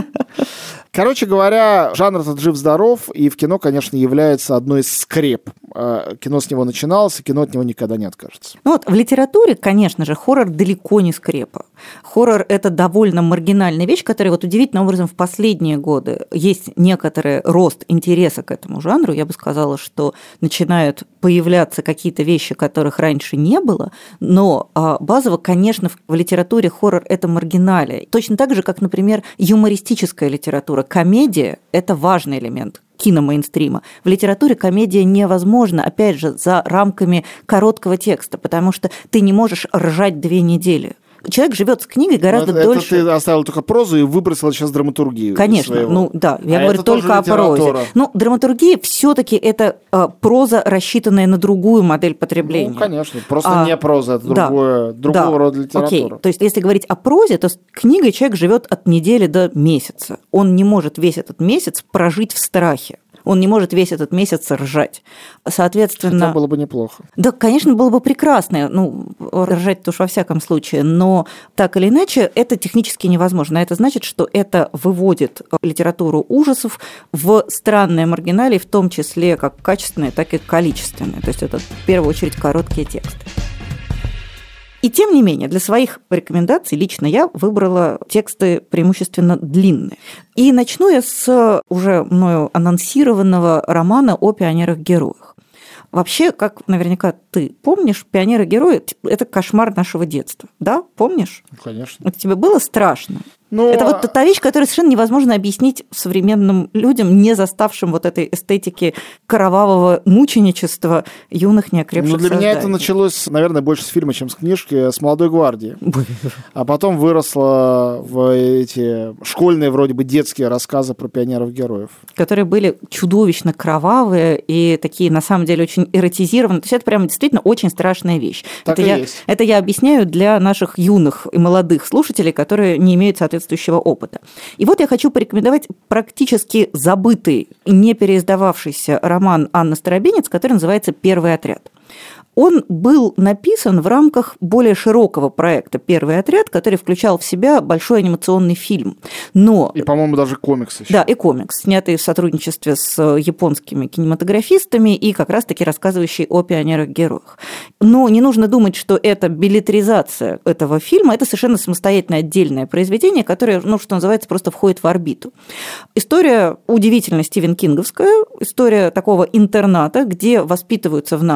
Короче говоря, жанр этот жив-здоров, и в кино, конечно, является одной из скреп. Кино с него начиналось, и кино от него никогда не откажется. Ну вот в литературе, конечно же, хоррор далеко не скрепа. Хоррор – это довольно маргинальная вещь, которая вот удивительным образом в последние годы есть некоторый рост интереса к этому жанру. Я бы сказала, что начинают появляться какие-то вещи, которых раньше не было, но базово, конечно, в литературе хоррор – это маргиналия. Точно так же, как, например, юмористическая литература. Комедия – это важный элемент киномейнстрима. В литературе комедия невозможна, опять же, за рамками короткого текста, потому что ты не можешь ржать 2 недели. Человек живет с книгой гораздо дольше. Это ты оставил только прозу и выбросил сейчас драматургию. Конечно, своего. Ну да, я говорю только о прозе. Но драматургия все-таки это проза, рассчитанная на другую модель потребления. Ну, конечно, просто не проза, это другого рода литература. Окей. То есть, если говорить о прозе, то с книгой человек живет от недели до месяца. Он не может весь этот месяц прожить в страхе. Он не может весь этот месяц ржать. Соответственно... Это было бы неплохо. Да, конечно, было бы прекрасно. Ну, ржать-то уж во всяком случае. Но так или иначе, это технически невозможно. А это значит, что это выводит литературу ужасов в странные маргиналии, в том числе как качественные, так и количественные. То есть это в первую очередь короткие тексты. И тем не менее, для своих рекомендаций лично я выбрала тексты преимущественно длинные. И начну я с уже мною анонсированного романа о пионерах-героях. Вообще, как наверняка ты помнишь, пионеры-герои – это кошмар нашего детства. Да, помнишь? Конечно. Это тебе было страшно? Это вот та вещь, которую совершенно невозможно объяснить современным людям, не заставшим вот этой эстетики кровавого мученичества юных неокрепших создателей. Для меня это началось, наверное, больше с фильма, чем с книжки, с «Молодой гвардии». А потом выросло в эти школьные, вроде бы, детские рассказы про пионеров-героев. Которые были чудовищно кровавые и такие, на самом деле, очень эротизированные. То есть это прям действительно очень страшная вещь. Это я объясняю для наших юных и молодых слушателей, которые не имеют соответствующего опыта. И вот я хочу порекомендовать практически забытый, не переиздававшийся роман Анны Старобинец, который называется «Первый отряд». Он был написан в рамках более широкого проекта «Первый отряд», который включал в себя большой анимационный фильм. И, по-моему, даже комикс еще. Да, и комикс, снятый в сотрудничестве с японскими кинематографистами и как раз-таки рассказывающий о пионерах-героях. Но не нужно думать, что это билетризация этого фильма, это совершенно самостоятельное отдельное произведение, которое, что называется, просто входит в орбиту. История удивительно стивен-кинговская, история такого интерната, где воспитываются в наше время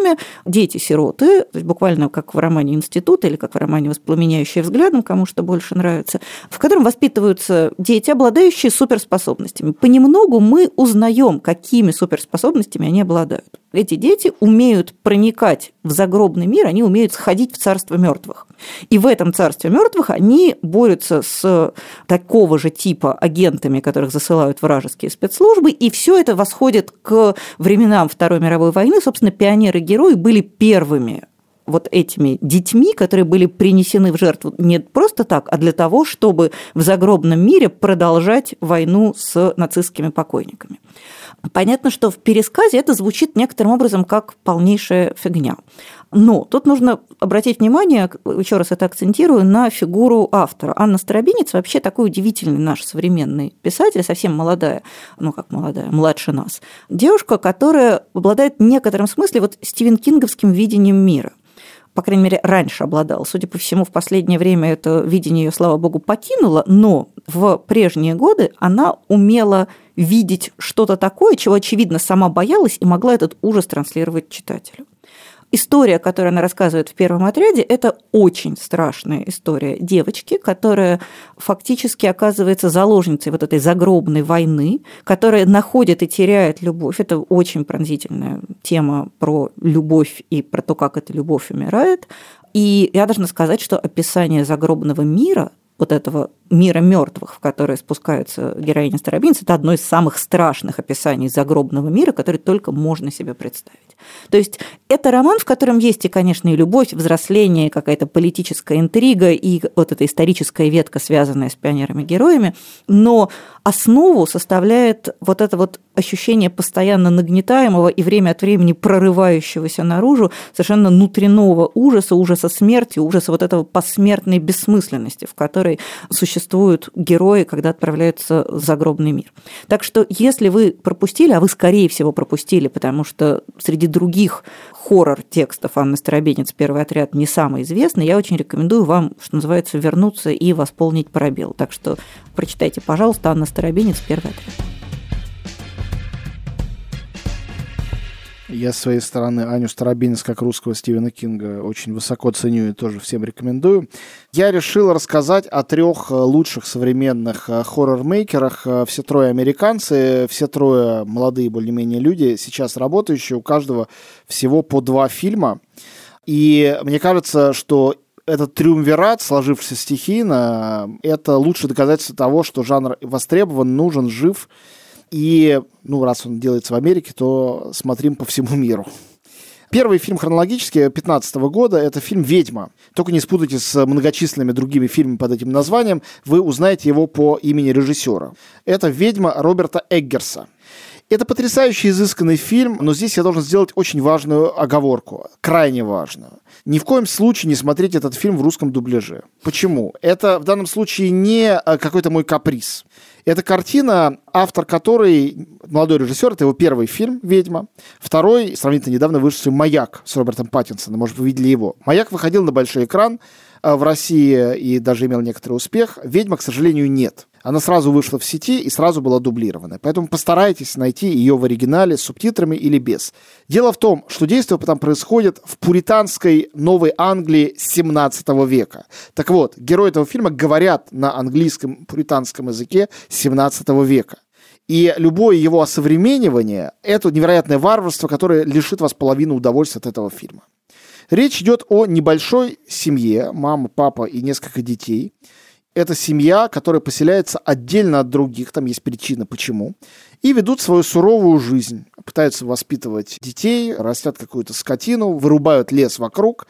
доме дети-сироты, то есть буквально как в романе «Институт» или как в романе «Воспламеняющие взглядом», кому что больше нравится, в котором воспитываются дети, обладающие суперспособностями. Понемногу мы узнаем, какими суперспособностями они обладают. Эти дети умеют проникать в загробный мир, они умеют сходить в царство мертвых. И в этом царстве мертвых они борются с такого же типа агентами, которых засылают вражеские спецслужбы, и все это восходит к временам Второй мировой войны. Собственно, пионеры-герои были первыми вот этими детьми, которые были принесены в жертву не просто так, а для того, чтобы в загробном мире продолжать войну с нацистскими покойниками. Понятно, что в пересказе это звучит некоторым образом как полнейшая фигня. Но тут нужно обратить внимание, еще раз это акцентирую, на фигуру автора. Анна Старобинец вообще такой удивительный наш современный писатель, совсем молодая, ну как молодая, младше нас. Девушка, которая обладает в некотором смысле вот Стивен Кинговским видением мира. По крайней мере, раньше обладала. Судя по всему, в последнее время это видение ее, слава богу, покинуло, но в прежние годы она умела видеть что-то такое, чего, очевидно, сама боялась и могла этот ужас транслировать читателю. История, которую она рассказывает в первом отряде, это очень страшная история девочки, которая фактически оказывается заложницей вот этой загробной войны, которая находит и теряет любовь. Это очень пронзительная тема про любовь и про то, как эта любовь умирает. И я должна сказать, что описание загробного мира, вот этого мира мертвых, в который спускаются героини Старобинец, это одно из самых страшных описаний загробного мира, который только можно себе представить. То есть это роман, в котором есть и, конечно, и любовь, взросление, какая-то политическая интрига, и вот эта историческая ветка, связанная с пионерами-героями, но основу составляет вот это вот ощущение постоянно нагнетаемого и время от времени прорывающегося наружу совершенно внутреннего ужаса, ужаса смерти, ужаса вот этого посмертной бессмысленности, в которой существуют герои, когда отправляются в загробный мир. Так что если вы пропустили, а вы, скорее всего, пропустили, потому что среди других хоррор-текстов Анны Старобинец «Первый отряд» не самый известный, я очень рекомендую вам, что называется, вернуться и восполнить пробел. Так что прочитайте, пожалуйста, Анна Старобинец «Первый отряд». Я, с своей стороны, Аню Старобинец, как русского Стивена Кинга, очень высоко ценю и тоже всем рекомендую. Я решил рассказать о 3 лучших современных хоррор-мейкерах. Все 3 американцы, все 3 молодые более-менее люди, сейчас работающие, у каждого всего по 2 фильма. И мне кажется, что этот триумвират, сложившийся стихийно, это лучшее доказательство того, что жанр востребован, нужен, жив. И, раз он делается в Америке, то смотрим по всему миру. Первый фильм хронологически 2015 года – это фильм «Ведьма». Только не спутайте с многочисленными другими фильмами под этим названием. Вы узнаете его по имени режиссера. Это «Ведьма» Роберта Эггерса. Это потрясающе изысканный фильм, но здесь я должен сделать очень важную оговорку, крайне важную. Ни в коем случае не смотрите этот фильм в русском дубляже. Почему? Это в данном случае не какой-то мой каприз. Это картина, автор которой, молодой режиссер, это его первый фильм «Ведьма». Второй, сравнительно недавно вышедший «Маяк» с Робертом Паттинсоном. Может, вы видели его. «Маяк» выходил на большой экран в России и даже имел некоторый успех. «Ведьма», к сожалению, нет. Она сразу вышла в сети и сразу была дублирована. Поэтому постарайтесь найти ее в оригинале с субтитрами или без. Дело в том, что действие там происходит в пуританской Новой Англии 17 века. Так вот, герои этого фильма говорят на английском пуританском языке 17 века. И любое его осовременивание – это невероятное варварство, которое лишит вас половины удовольствия от этого фильма. Речь идет о небольшой семье, мама, папа и несколько детей. Это семья, которая поселяется отдельно от других, там есть причина почему, и ведут свою суровую жизнь. Пытаются воспитывать детей, растят какую-то скотину, вырубают лес вокруг.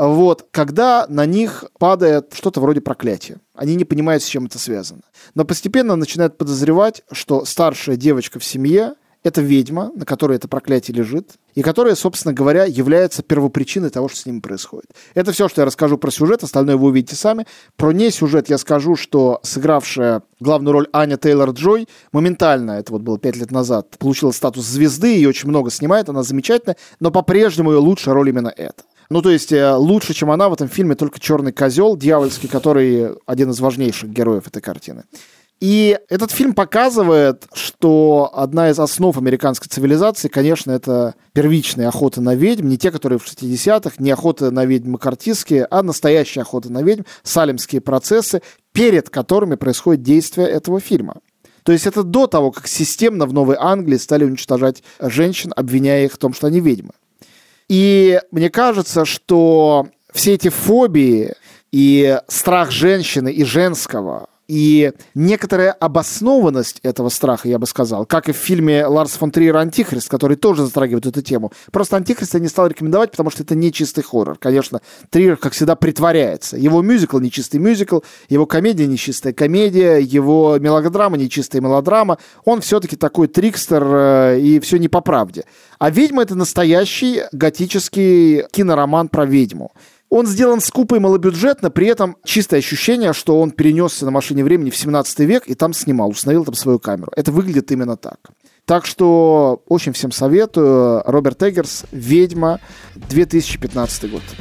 Когда на них падает что-то вроде проклятия. Они не понимают, с чем это связано. Но постепенно начинают подозревать, что старшая девочка в семье – это ведьма, на которой это проклятие лежит, и которая, собственно говоря, является первопричиной того, что с ними происходит. Это все, что я расскажу про сюжет, остальное вы увидите сами. Про несюжет я скажу, что сыгравшая главную роль Аня Тейлор-Джой моментально, это было 5 лет назад, получила статус звезды, ее очень много снимает, она замечательная, но по-прежнему ее лучшая роль именно эта. То есть лучше, чем она в этом фильме только черный козел дьявольский, который один из важнейших героев этой картины. И этот фильм показывает, что одна из основ американской цивилизации, конечно, это первичные охоты на ведьм, не те, которые в 60-х, не охоты на ведьм маккартистские, а настоящие охоты на ведьм, салемские процессы, перед которыми происходит действие этого фильма. То есть это до того, как системно в Новой Англии стали уничтожать женщин, обвиняя их в том, что они ведьмы. И мне кажется, что все эти фобии и страх женщины и женского, и некоторая обоснованность этого страха, я бы сказал, как и в фильме Ларса фон Триера «Антихрист», который тоже затрагивает эту тему. Просто «Антихрист» я не стал рекомендовать, потому что это не чистый хоррор. Конечно, Триер, как всегда, притворяется. Его мюзикл не чистый мюзикл, его комедия не чистая комедия, его мелодрама не чистая мелодрама. Он все-таки такой трикстер, и все не по правде. А «Ведьма» — это настоящий готический кинороман про ведьму. Он сделан скупо и малобюджетно, при этом чистое ощущение, что он перенесся на машине времени в 17 век и там снимал, установил там свою камеру. Это выглядит именно так. Так что очень всем советую. Роберт Эггерс, «Ведьма», 2015 год.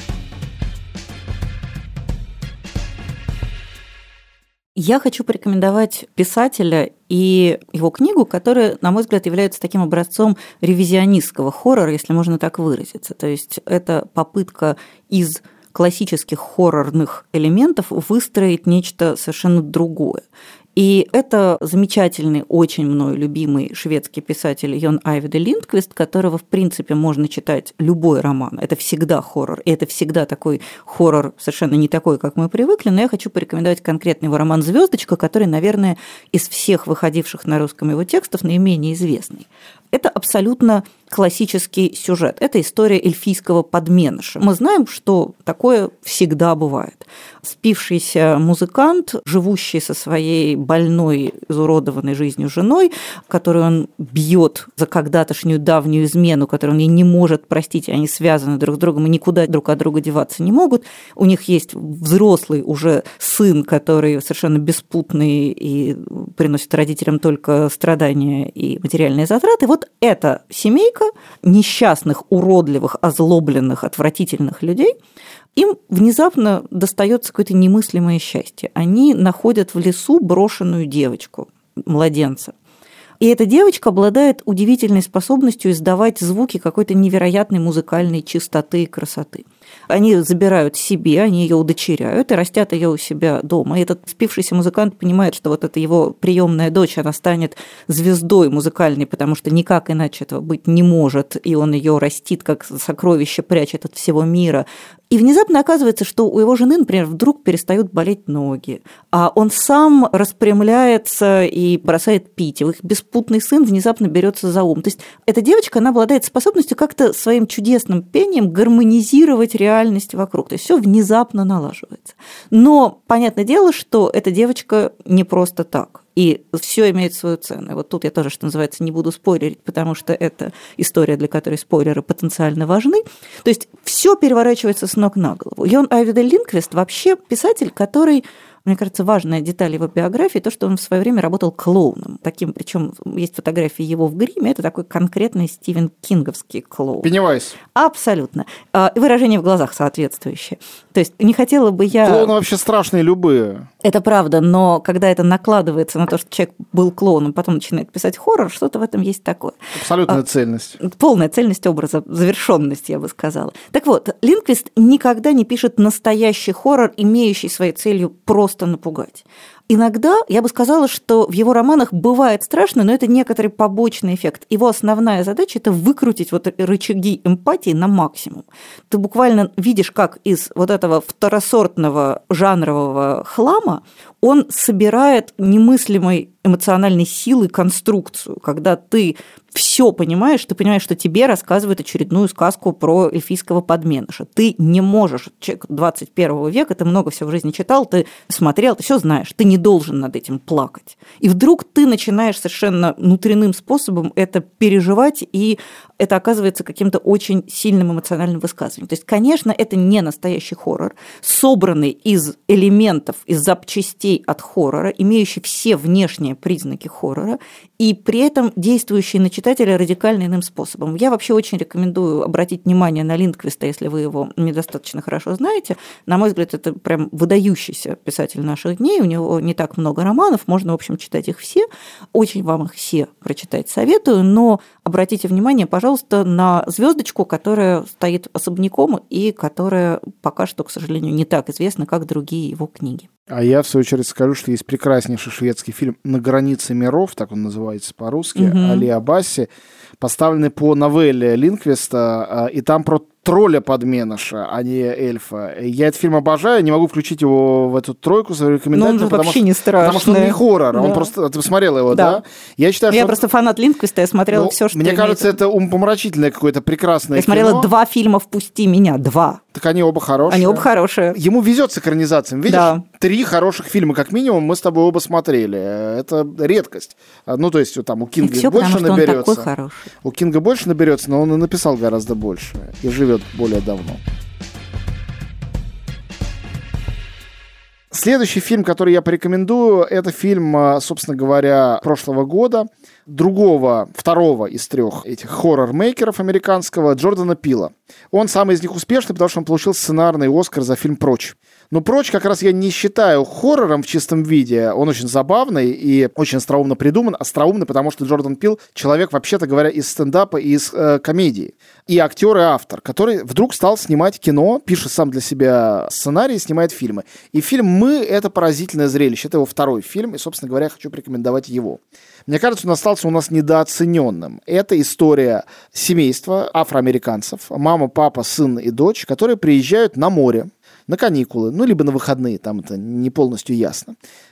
Я хочу порекомендовать писателя и его книгу, которая, на мой взгляд, является таким образцом ревизионистского хоррора, если можно так выразиться. То есть это попытка из классических хоррорных элементов выстроить нечто совершенно другое. И это замечательный, очень мною любимый шведский писатель Йон Айвиде Линдквист, которого, в принципе, можно читать любой роман. Это всегда хоррор, и это всегда такой хоррор, совершенно не такой, как мы привыкли, но я хочу порекомендовать конкретно его роман «Звездочка», который, наверное, из всех выходивших на русском его текстов наименее известный. Это абсолютно классический сюжет. Это история эльфийского подменыша. Мы знаем, что такое всегда бывает. Спившийся музыкант, живущий со своей больной, изуродованной жизнью женой, которую он бьет за когда-тошнюю давнюю измену, которую он ей не может простить, и они связаны друг с другом и никуда друг от друга деваться не могут. У них есть взрослый уже сын, который совершенно беспутный и приносит родителям только страдания и материальные затраты. Вот эта семейка несчастных, уродливых, озлобленных, отвратительных людей, им внезапно достается какое-то немыслимое счастье. Они находят в лесу брошенную девочку, младенца. И эта девочка обладает удивительной способностью издавать звуки какой-то невероятной музыкальной чистоты и красоты. Они забирают себе, они ее удочеряют и растят ее у себя дома. И этот спившийся музыкант понимает, что вот эта его приемная дочь, она станет звездой музыкальной, потому что никак иначе этого быть не может, и он ее растит, как сокровище прячет от всего мира. И внезапно оказывается, что у его жены, например, вдруг перестают болеть ноги, а он сам распрямляется и бросает пить, и их беспутный сын внезапно берется за ум. То есть эта девочка, она обладает способностью как-то своим чудесным пением гармонизировать реальность вокруг. То есть все внезапно налаживается. Но понятное дело, что эта девочка не просто так. И все имеет свою цену. И вот тут я тоже, что называется, не буду спойлерить, потому что это история, для которой спойлеры потенциально важны. То есть все переворачивается с ног на голову. Йон Айвиде Линдквист вообще писатель, который, мне кажется, важная деталь его биографии, то, что он в свое время работал клоуном. Таким, причем есть фотографии его в гриме, это такой конкретный Стивен Кинговский клоун. Пеннивайз. Абсолютно. И выражение в глазах соответствующее. То есть не хотела бы я... Клоуны вообще страшные любые. Это правда, но когда это накладывается на то, что человек был клоуном, потом начинает писать хоррор, что-то в этом есть такое. Абсолютная цельность. Полная цельность образа, завершенность, я бы сказала. Так вот, Линдквист никогда не пишет настоящий хоррор, имеющий своей целью просто напугать. Иногда я бы сказала, что в его романах бывает страшно, но это некоторый побочный эффект. Его основная задача – это выкрутить вот рычаги эмпатии на максимум. Ты буквально видишь, как из вот этого второсортного жанрового хлама он собирает немыслимой эмоциональной силой конструкцию, когда ты все понимаешь, ты понимаешь, что тебе рассказывают очередную сказку про эльфийского подменыша. Ты не можешь, человек 21 века, ты много всего в жизни читал, ты смотрел, ты все знаешь, ты не должен над этим плакать. И вдруг ты начинаешь совершенно внутренним способом это переживать, и это оказывается каким-то очень сильным эмоциональным высказыванием. То есть, конечно, это не настоящий хоррор, собранный из элементов, из запчастей от хоррора, имеющий все внешние признаки хоррора, и при этом действующие на читателя радикально иным способом. Я вообще очень рекомендую обратить внимание на Линдквиста, если вы его недостаточно хорошо знаете. На мой взгляд, это прям выдающийся писатель наших дней, у него не так много романов, можно, в общем, читать их все. Очень вам их все прочитать советую, но обратите внимание, пожалуйста, на звездочку, которая стоит особняком и которая пока что, к сожалению, не так известна, как другие его книги. А я, в свою очередь, скажу, что есть прекраснейший шведский фильм «На границе миров», так он называется по-русски, Али Абасси, поставленный по новелле Линдквиста, и там про тролля-подменыша, а не эльфа. Я этот фильм обожаю, не могу включить его в эту тройку свою рекомендацию, но он вообще не страшный. Потому что он не хоррор, да. Он просто... Ты посмотрела его, да? Я считаю, я просто фанат Линдквиста, я смотрела все, что мне кажется, это умопомрачительное какое-то прекрасное кино. Я смотрела 2 фильма «Впусти меня», 2. Так они оба хорошие. Они оба хорошие. Ему везет с экранизацией. Видишь, 3 хороших фильма, как минимум, мы с тобой оба смотрели. Это редкость. Ну, то есть, там у Кинга больше наберется. Он такой хороший. У Кинга больше наберется, но он и написал гораздо больше. И живет более давно. Следующий фильм, который я порекомендую, это фильм, собственно говоря, прошлого года, второго из 3 этих хоррор-мейкеров американского, Джордана Пила. Он самый из них успешный, потому что он получил сценарный Оскар за фильм «Прочь». Но «Прочь» как раз я не считаю хоррором в чистом виде. Он очень забавный и очень остроумно придуман. Остроумный, потому что Джордан Пил — человек, вообще-то говоря, из стендапа и из комедии. И актер, и автор, который вдруг стал снимать кино, пишет сам для себя сценарий, снимает фильмы. И фильм «Мы» — это поразительное зрелище. Это его 2-й фильм, и, собственно говоря, я хочу порекомендовать его. Мне кажется, он остался у нас недооцененным. Это история семейства афроамериканцев, мама, папа, сын и дочь, которые приезжают на море на каникулы, либо на выходные, там это не полностью ясно,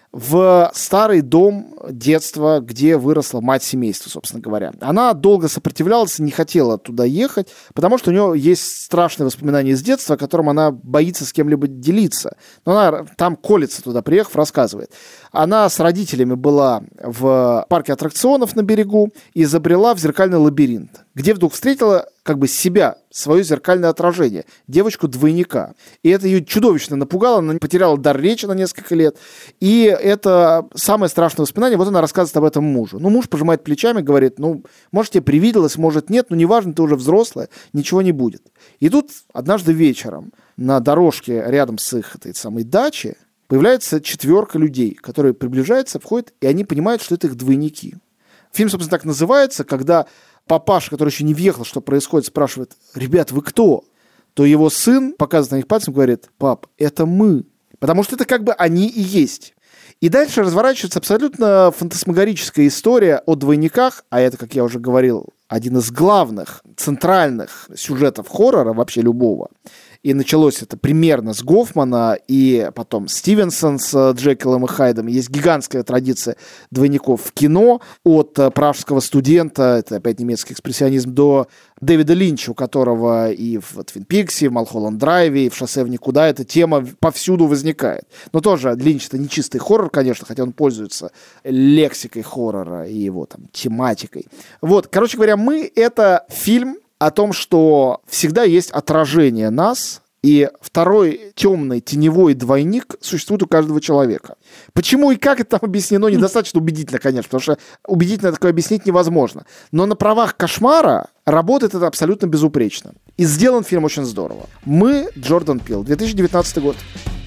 в старый дом детства, где выросла мать семейства, собственно говоря. Она долго сопротивлялась, не хотела туда ехать, потому что у нее есть страшные воспоминания из детства, о котором она боится с кем-либо делиться. Но она там колется туда, приехав, рассказывает. Она с родителями была в парке аттракционов на берегу и забрела в зеркальный лабиринт, где вдруг встретила себя, свое зеркальное отражение, девочку-двойника. И это ее чудовищно напугало, она потеряла дар речи на несколько лет. И это самое страшное воспоминание. Вот она рассказывает об этом мужу. Муж пожимает плечами, говорит, может, тебе привиделось, может, нет, неважно, ты уже взрослая, ничего не будет. И тут однажды вечером на дорожке рядом с их этой самой дачей появляется 4 людей, которые приближаются, входят, и они понимают, что это их двойники. Фильм, собственно, так называется, когда папаша, который еще не въехал, что происходит, спрашивает, ребят, вы кто? То его сын, показывает на них пальцем, говорит, пап, это мы. Потому что это они и есть. И дальше разворачивается абсолютно фантасмагорическая история о двойниках, а это, как я уже говорил, один из главных, центральных сюжетов хоррора, вообще любого. И началось это примерно с Гофмана, и потом Стивенсон с Джекилом и Хайдом. Есть гигантская традиция двойников в кино, от пражского студента, это опять немецкий экспрессионизм, до Дэвида Линча, у которого и в Твин Пиксе, в Малхолланд Драйве, и в Шоссе в никуда эта тема повсюду возникает. Но тоже Линч — это не чистый хоррор, конечно, хотя он пользуется лексикой хоррора и его тематикой. Короче говоря, «Мы» — это фильм о том, что всегда есть отражение нас, и 2-й темный теневой двойник существует у каждого человека. Почему и как это там объяснено, недостаточно убедительно, конечно, потому что убедительно такое объяснить невозможно. Но на правах кошмара работает это абсолютно безупречно. И сделан фильм очень здорово. «Мы», Джордан Пил, 2019 год.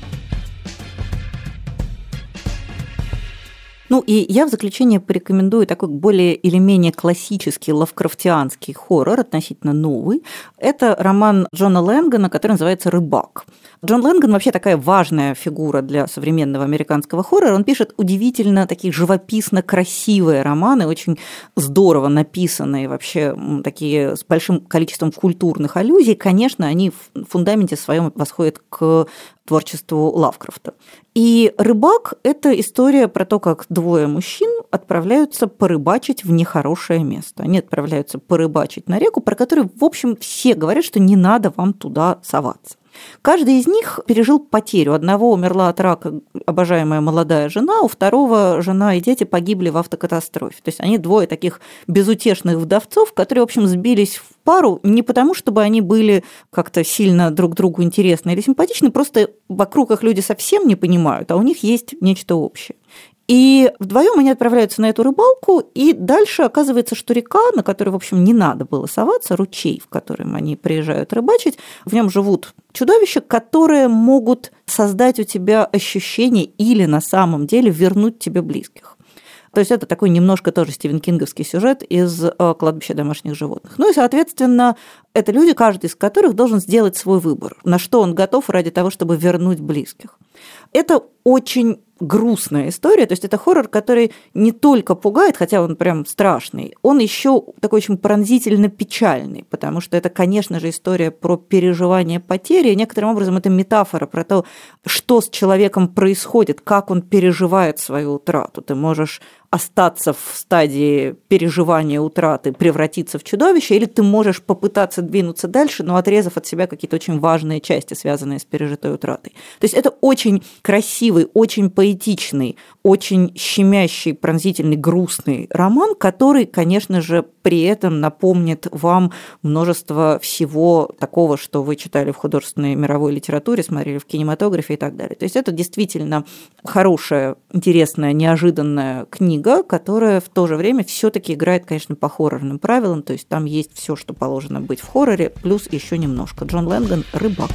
И я в заключение порекомендую такой более или менее классический лавкрафтианский хоррор, относительно новый. Это роман Джона Лэнгана, который называется «Рыбак». Джон Лэнган вообще такая важная фигура для современного американского хоррора. Он пишет удивительно такие живописно красивые романы, очень здорово написанные, вообще такие с большим количеством культурных аллюзий. Конечно, они в фундаменте своем восходят к творчеству Лавкрафта. И «Рыбак» – это история про то, как 2 мужчин отправляются порыбачить в нехорошее место. Они отправляются порыбачить на реку, про которую, в общем, все говорят, что не надо вам туда соваться. Каждый из них пережил потерю. Одного умерла от рака обожаемая молодая жена, у второго жена и дети погибли в автокатастрофе. То есть они 2 таких безутешных вдовцов, которые, в общем, сбились в пару не потому, чтобы они были как-то сильно друг другу интересны или симпатичны, просто вокруг их люди совсем не понимают, а у них есть нечто общее. И вдвоем они отправляются на эту рыбалку, и дальше оказывается, что река, на которой, в общем, не надо было соваться, ручей, в котором они приезжают рыбачить, в нем живут чудовища, которые могут создать у тебя ощущение или на самом деле вернуть тебе близких. То есть это такой немножко тоже стивен-кинговский сюжет из «Кладбища домашних животных». Ну и, соответственно, это люди, каждый из которых должен сделать свой выбор, на что он готов ради того, чтобы вернуть близких. Это очень грустная история, то есть это хоррор, который не только пугает, хотя он прям страшный, он еще такой очень пронзительно печальный, потому что это, конечно же, история про переживание потери, и некоторым образом это метафора про то, что с человеком происходит, как он переживает свою утрату. Ты можешь остаться в стадии переживания утраты, превратиться в чудовище, или ты можешь попытаться двинуться дальше, но отрезав от себя какие-то очень важные части, связанные с пережитой утратой. То есть это очень красивый, очень поэтичный, очень щемящий, пронзительный, грустный роман, который, конечно же, при этом напомнит вам множество всего такого, что вы читали в художественной мировой литературе, смотрели в кинематографе и так далее. То есть это действительно хорошая, интересная, неожиданная книга, которая в то же время все-таки играет, конечно, по хоррорным правилам, то есть там есть все, что положено быть в хорроре, плюс еще немножко. Джон Лэнгдон «Рыбак».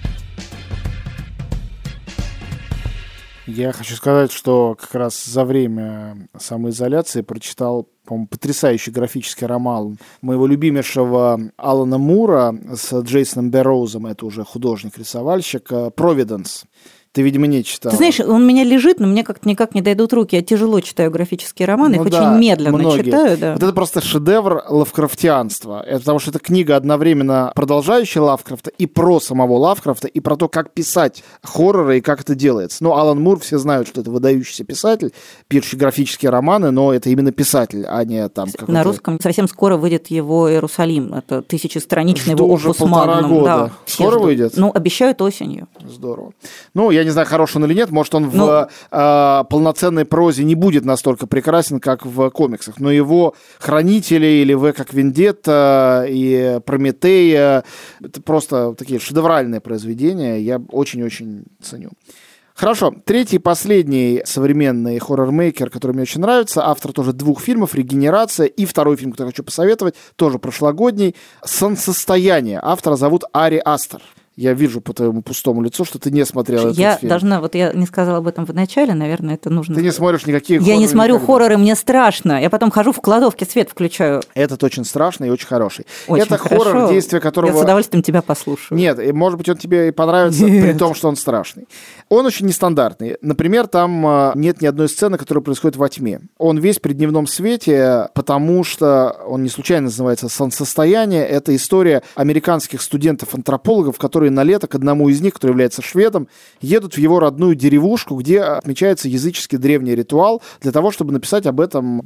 Я хочу сказать, что как раз за время самоизоляции прочитал, по-моему, потрясающий графический роман моего любимейшего Алана Мура с Джейсоном Берроузом, это уже художник-рисовальщик, «Провиденс». Ты, видимо, не читал. Ты знаешь, он у меня лежит, но мне как-то никак не дойдут руки. Я тяжело читаю графические романы, их очень медленно читаю. Да. Вот это просто шедевр лавкрафтианства. Это потому что это книга одновременно продолжающая Лавкрафта и про самого Лавкрафта, и про то, как писать хорроры и как это делается. Ну, Алан Мур, все знают, что это выдающийся писатель, пишущий графические романы, но это именно писатель, а не там какой-то... На русском совсем скоро выйдет его «Иерусалим». Это 1000-страничный его опус магнум. Уже 1,5 года. Да, скоро выйдет? Ну, обещают осенью. Здорово. Ну, я не знаю, хорош он или нет, может, он в полноценной прозе не будет настолько прекрасен, как в комиксах, но его «Хранители» или «В как Вендетта» и «Прометей» — это просто такие шедевральные произведения, я очень-очень ценю. Хорошо, третий и последний современный хоррор-мейкер, который мне очень нравится, автор тоже 2 фильмов «Регенерация» и второй фильм, который хочу посоветовать, тоже прошлогодний, «Солнцестояние». Автора зовут Ари Астер. Я вижу по твоему пустому лицу, что ты не смотрела этот фильм. Я не сказала об этом в начале, наверное, это нужно... Ты не смотришь никакие хорроры? Я не смотрю хорроры, мне страшно. Я потом хожу в кладовке, свет включаю. Этот очень страшный и очень хороший. Очень это хорошо. Хоррор, действие которого... Я с удовольствием тебя послушаю. Нет, может быть, он тебе и понравится, при том, что он страшный. Он очень нестандартный. Например, там нет ни одной сцены, которая происходит во тьме. Он весь при дневном свете, потому что он не случайно называется «Солнцестояние». Это история американских студентов-антропологов, которые на лето к одному из них, который является шведом, едут в его родную деревушку, где отмечается языческий древний ритуал для того, чтобы написать об этом...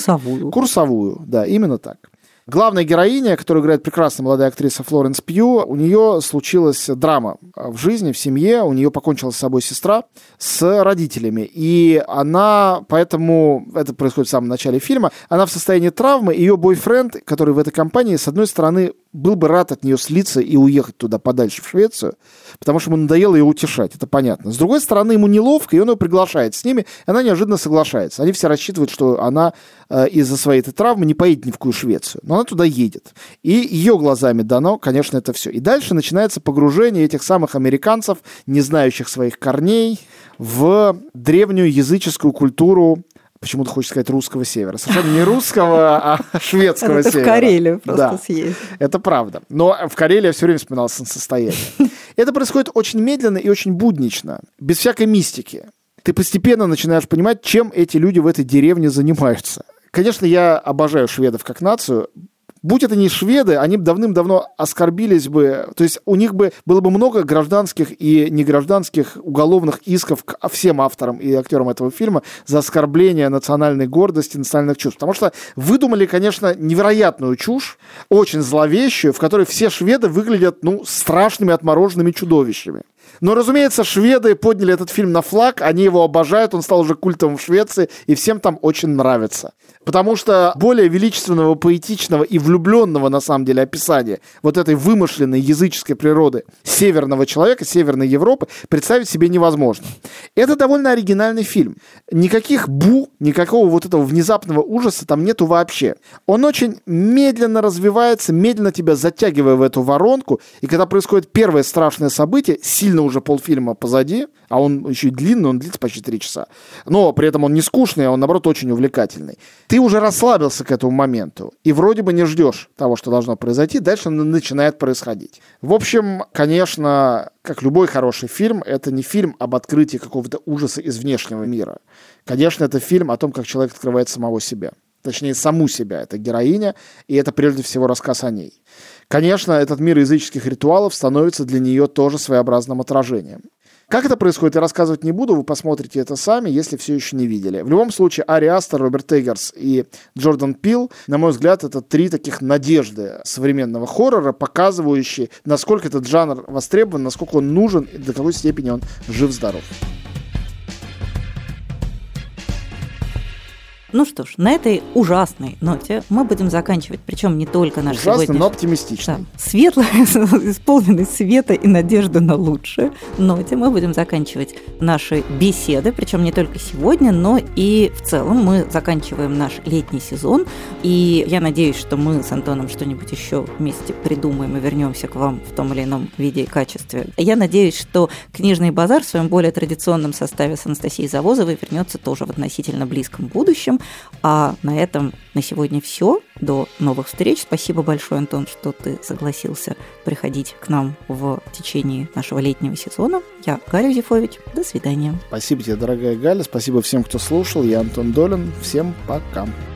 Курсовую, да, именно так. Главная героиня, которую играет прекрасная молодая актриса Флоренс Пью, у нее случилась драма в жизни, в семье, у нее покончила с собой сестра с родителями, и она, поэтому, это происходит в самом начале фильма, она в состоянии травмы, ее бойфренд, который в этой компании, с одной стороны, был бы рад от нее слиться и уехать туда подальше, в Швецию, потому что ему надоело ее утешать, это понятно. С другой стороны, ему неловко, и он ее приглашает с ними, и она неожиданно соглашается. Они все рассчитывают, что она из-за своей этой травмы не поедет ни в какую Швецию, но она туда едет. И ее глазами дано, конечно, это все. И дальше начинается погружение этих самых американцев, не знающих своих корней, в древнюю языческую культуру, почему-то хочется сказать русского севера. Совершенно не русского, а шведского севера. Это в Карелию просто съездить. Это правда. Но в Карелии я все время вспоминал солнцестояние. Это происходит очень медленно и очень буднично, без всякой мистики. Ты постепенно начинаешь понимать, чем эти люди в этой деревне занимаются. Конечно, я обожаю шведов как нацию. Будь это не шведы, они бы давным-давно оскорбились бы, то есть у них бы было бы много гражданских и негражданских уголовных исков к всем авторам и актерам этого фильма за оскорбление национальной гордости, национальных чувств. Потому что выдумали, конечно, невероятную чушь, очень зловещую, в которой все шведы выглядят, страшными отмороженными чудовищами. Но, разумеется, шведы подняли этот фильм на флаг, они его обожают, он стал уже культовым в Швеции, и всем там очень нравится. Потому что более величественного, поэтичного и влюбленного, на самом деле, описания вот этой вымышленной языческой природы северного человека, Северной Европы представить себе невозможно. Это довольно оригинальный фильм. Никаких никакого вот этого внезапного ужаса там нету вообще. Он очень медленно развивается, медленно тебя затягивая в эту воронку, и когда происходит первое страшное событие, сильно уже полфильма позади, а он еще и длинный, он длится почти 3 часа, но при этом он не скучный, а он, наоборот, очень увлекательный. Ты уже расслабился к этому моменту, и вроде бы не ждешь того, что должно произойти, дальше начинает происходить. В общем, конечно, как любой хороший фильм, это не фильм об открытии какого-то ужаса из внешнего мира. Конечно, это фильм о том, как человек открывает самого себя. Точнее, саму себя. Это героиня, и это прежде всего рассказ о ней. Конечно, этот мир языческих ритуалов становится для нее тоже своеобразным отражением. Как это происходит, я рассказывать не буду, вы посмотрите это сами, если все еще не видели. В любом случае, Ари Астер, Роберт Эггерс и Джордан Пил, на мой взгляд, это 3 таких надежды современного хоррора, показывающие, насколько этот жанр востребован, насколько он нужен и до какой степени он жив-здоров. Ну что ж, на этой ужасной ноте мы будем заканчивать, причем не только наш сегодняшний... Ужасный, но оптимистичный. Да, светлый, исполненный света и надежды на лучшее ноте мы будем заканчивать наши беседы, причем не только сегодня, но и в целом мы заканчиваем наш летний сезон, и я надеюсь, что мы с Антоном что-нибудь еще вместе придумаем и вернемся к вам в том или ином виде и качестве. Я надеюсь, что «Книжный базар» в своем более традиционном составе с Анастасией Завозовой вернется тоже в относительно близком будущем. А на этом на сегодня все. До новых встреч. Спасибо большое, Антон, что ты согласился приходить к нам в течение нашего летнего сезона. Я Галя Юзефович. До свидания. Спасибо тебе, дорогая Галя. Спасибо всем, кто слушал. Я Антон Долин. Всем пока.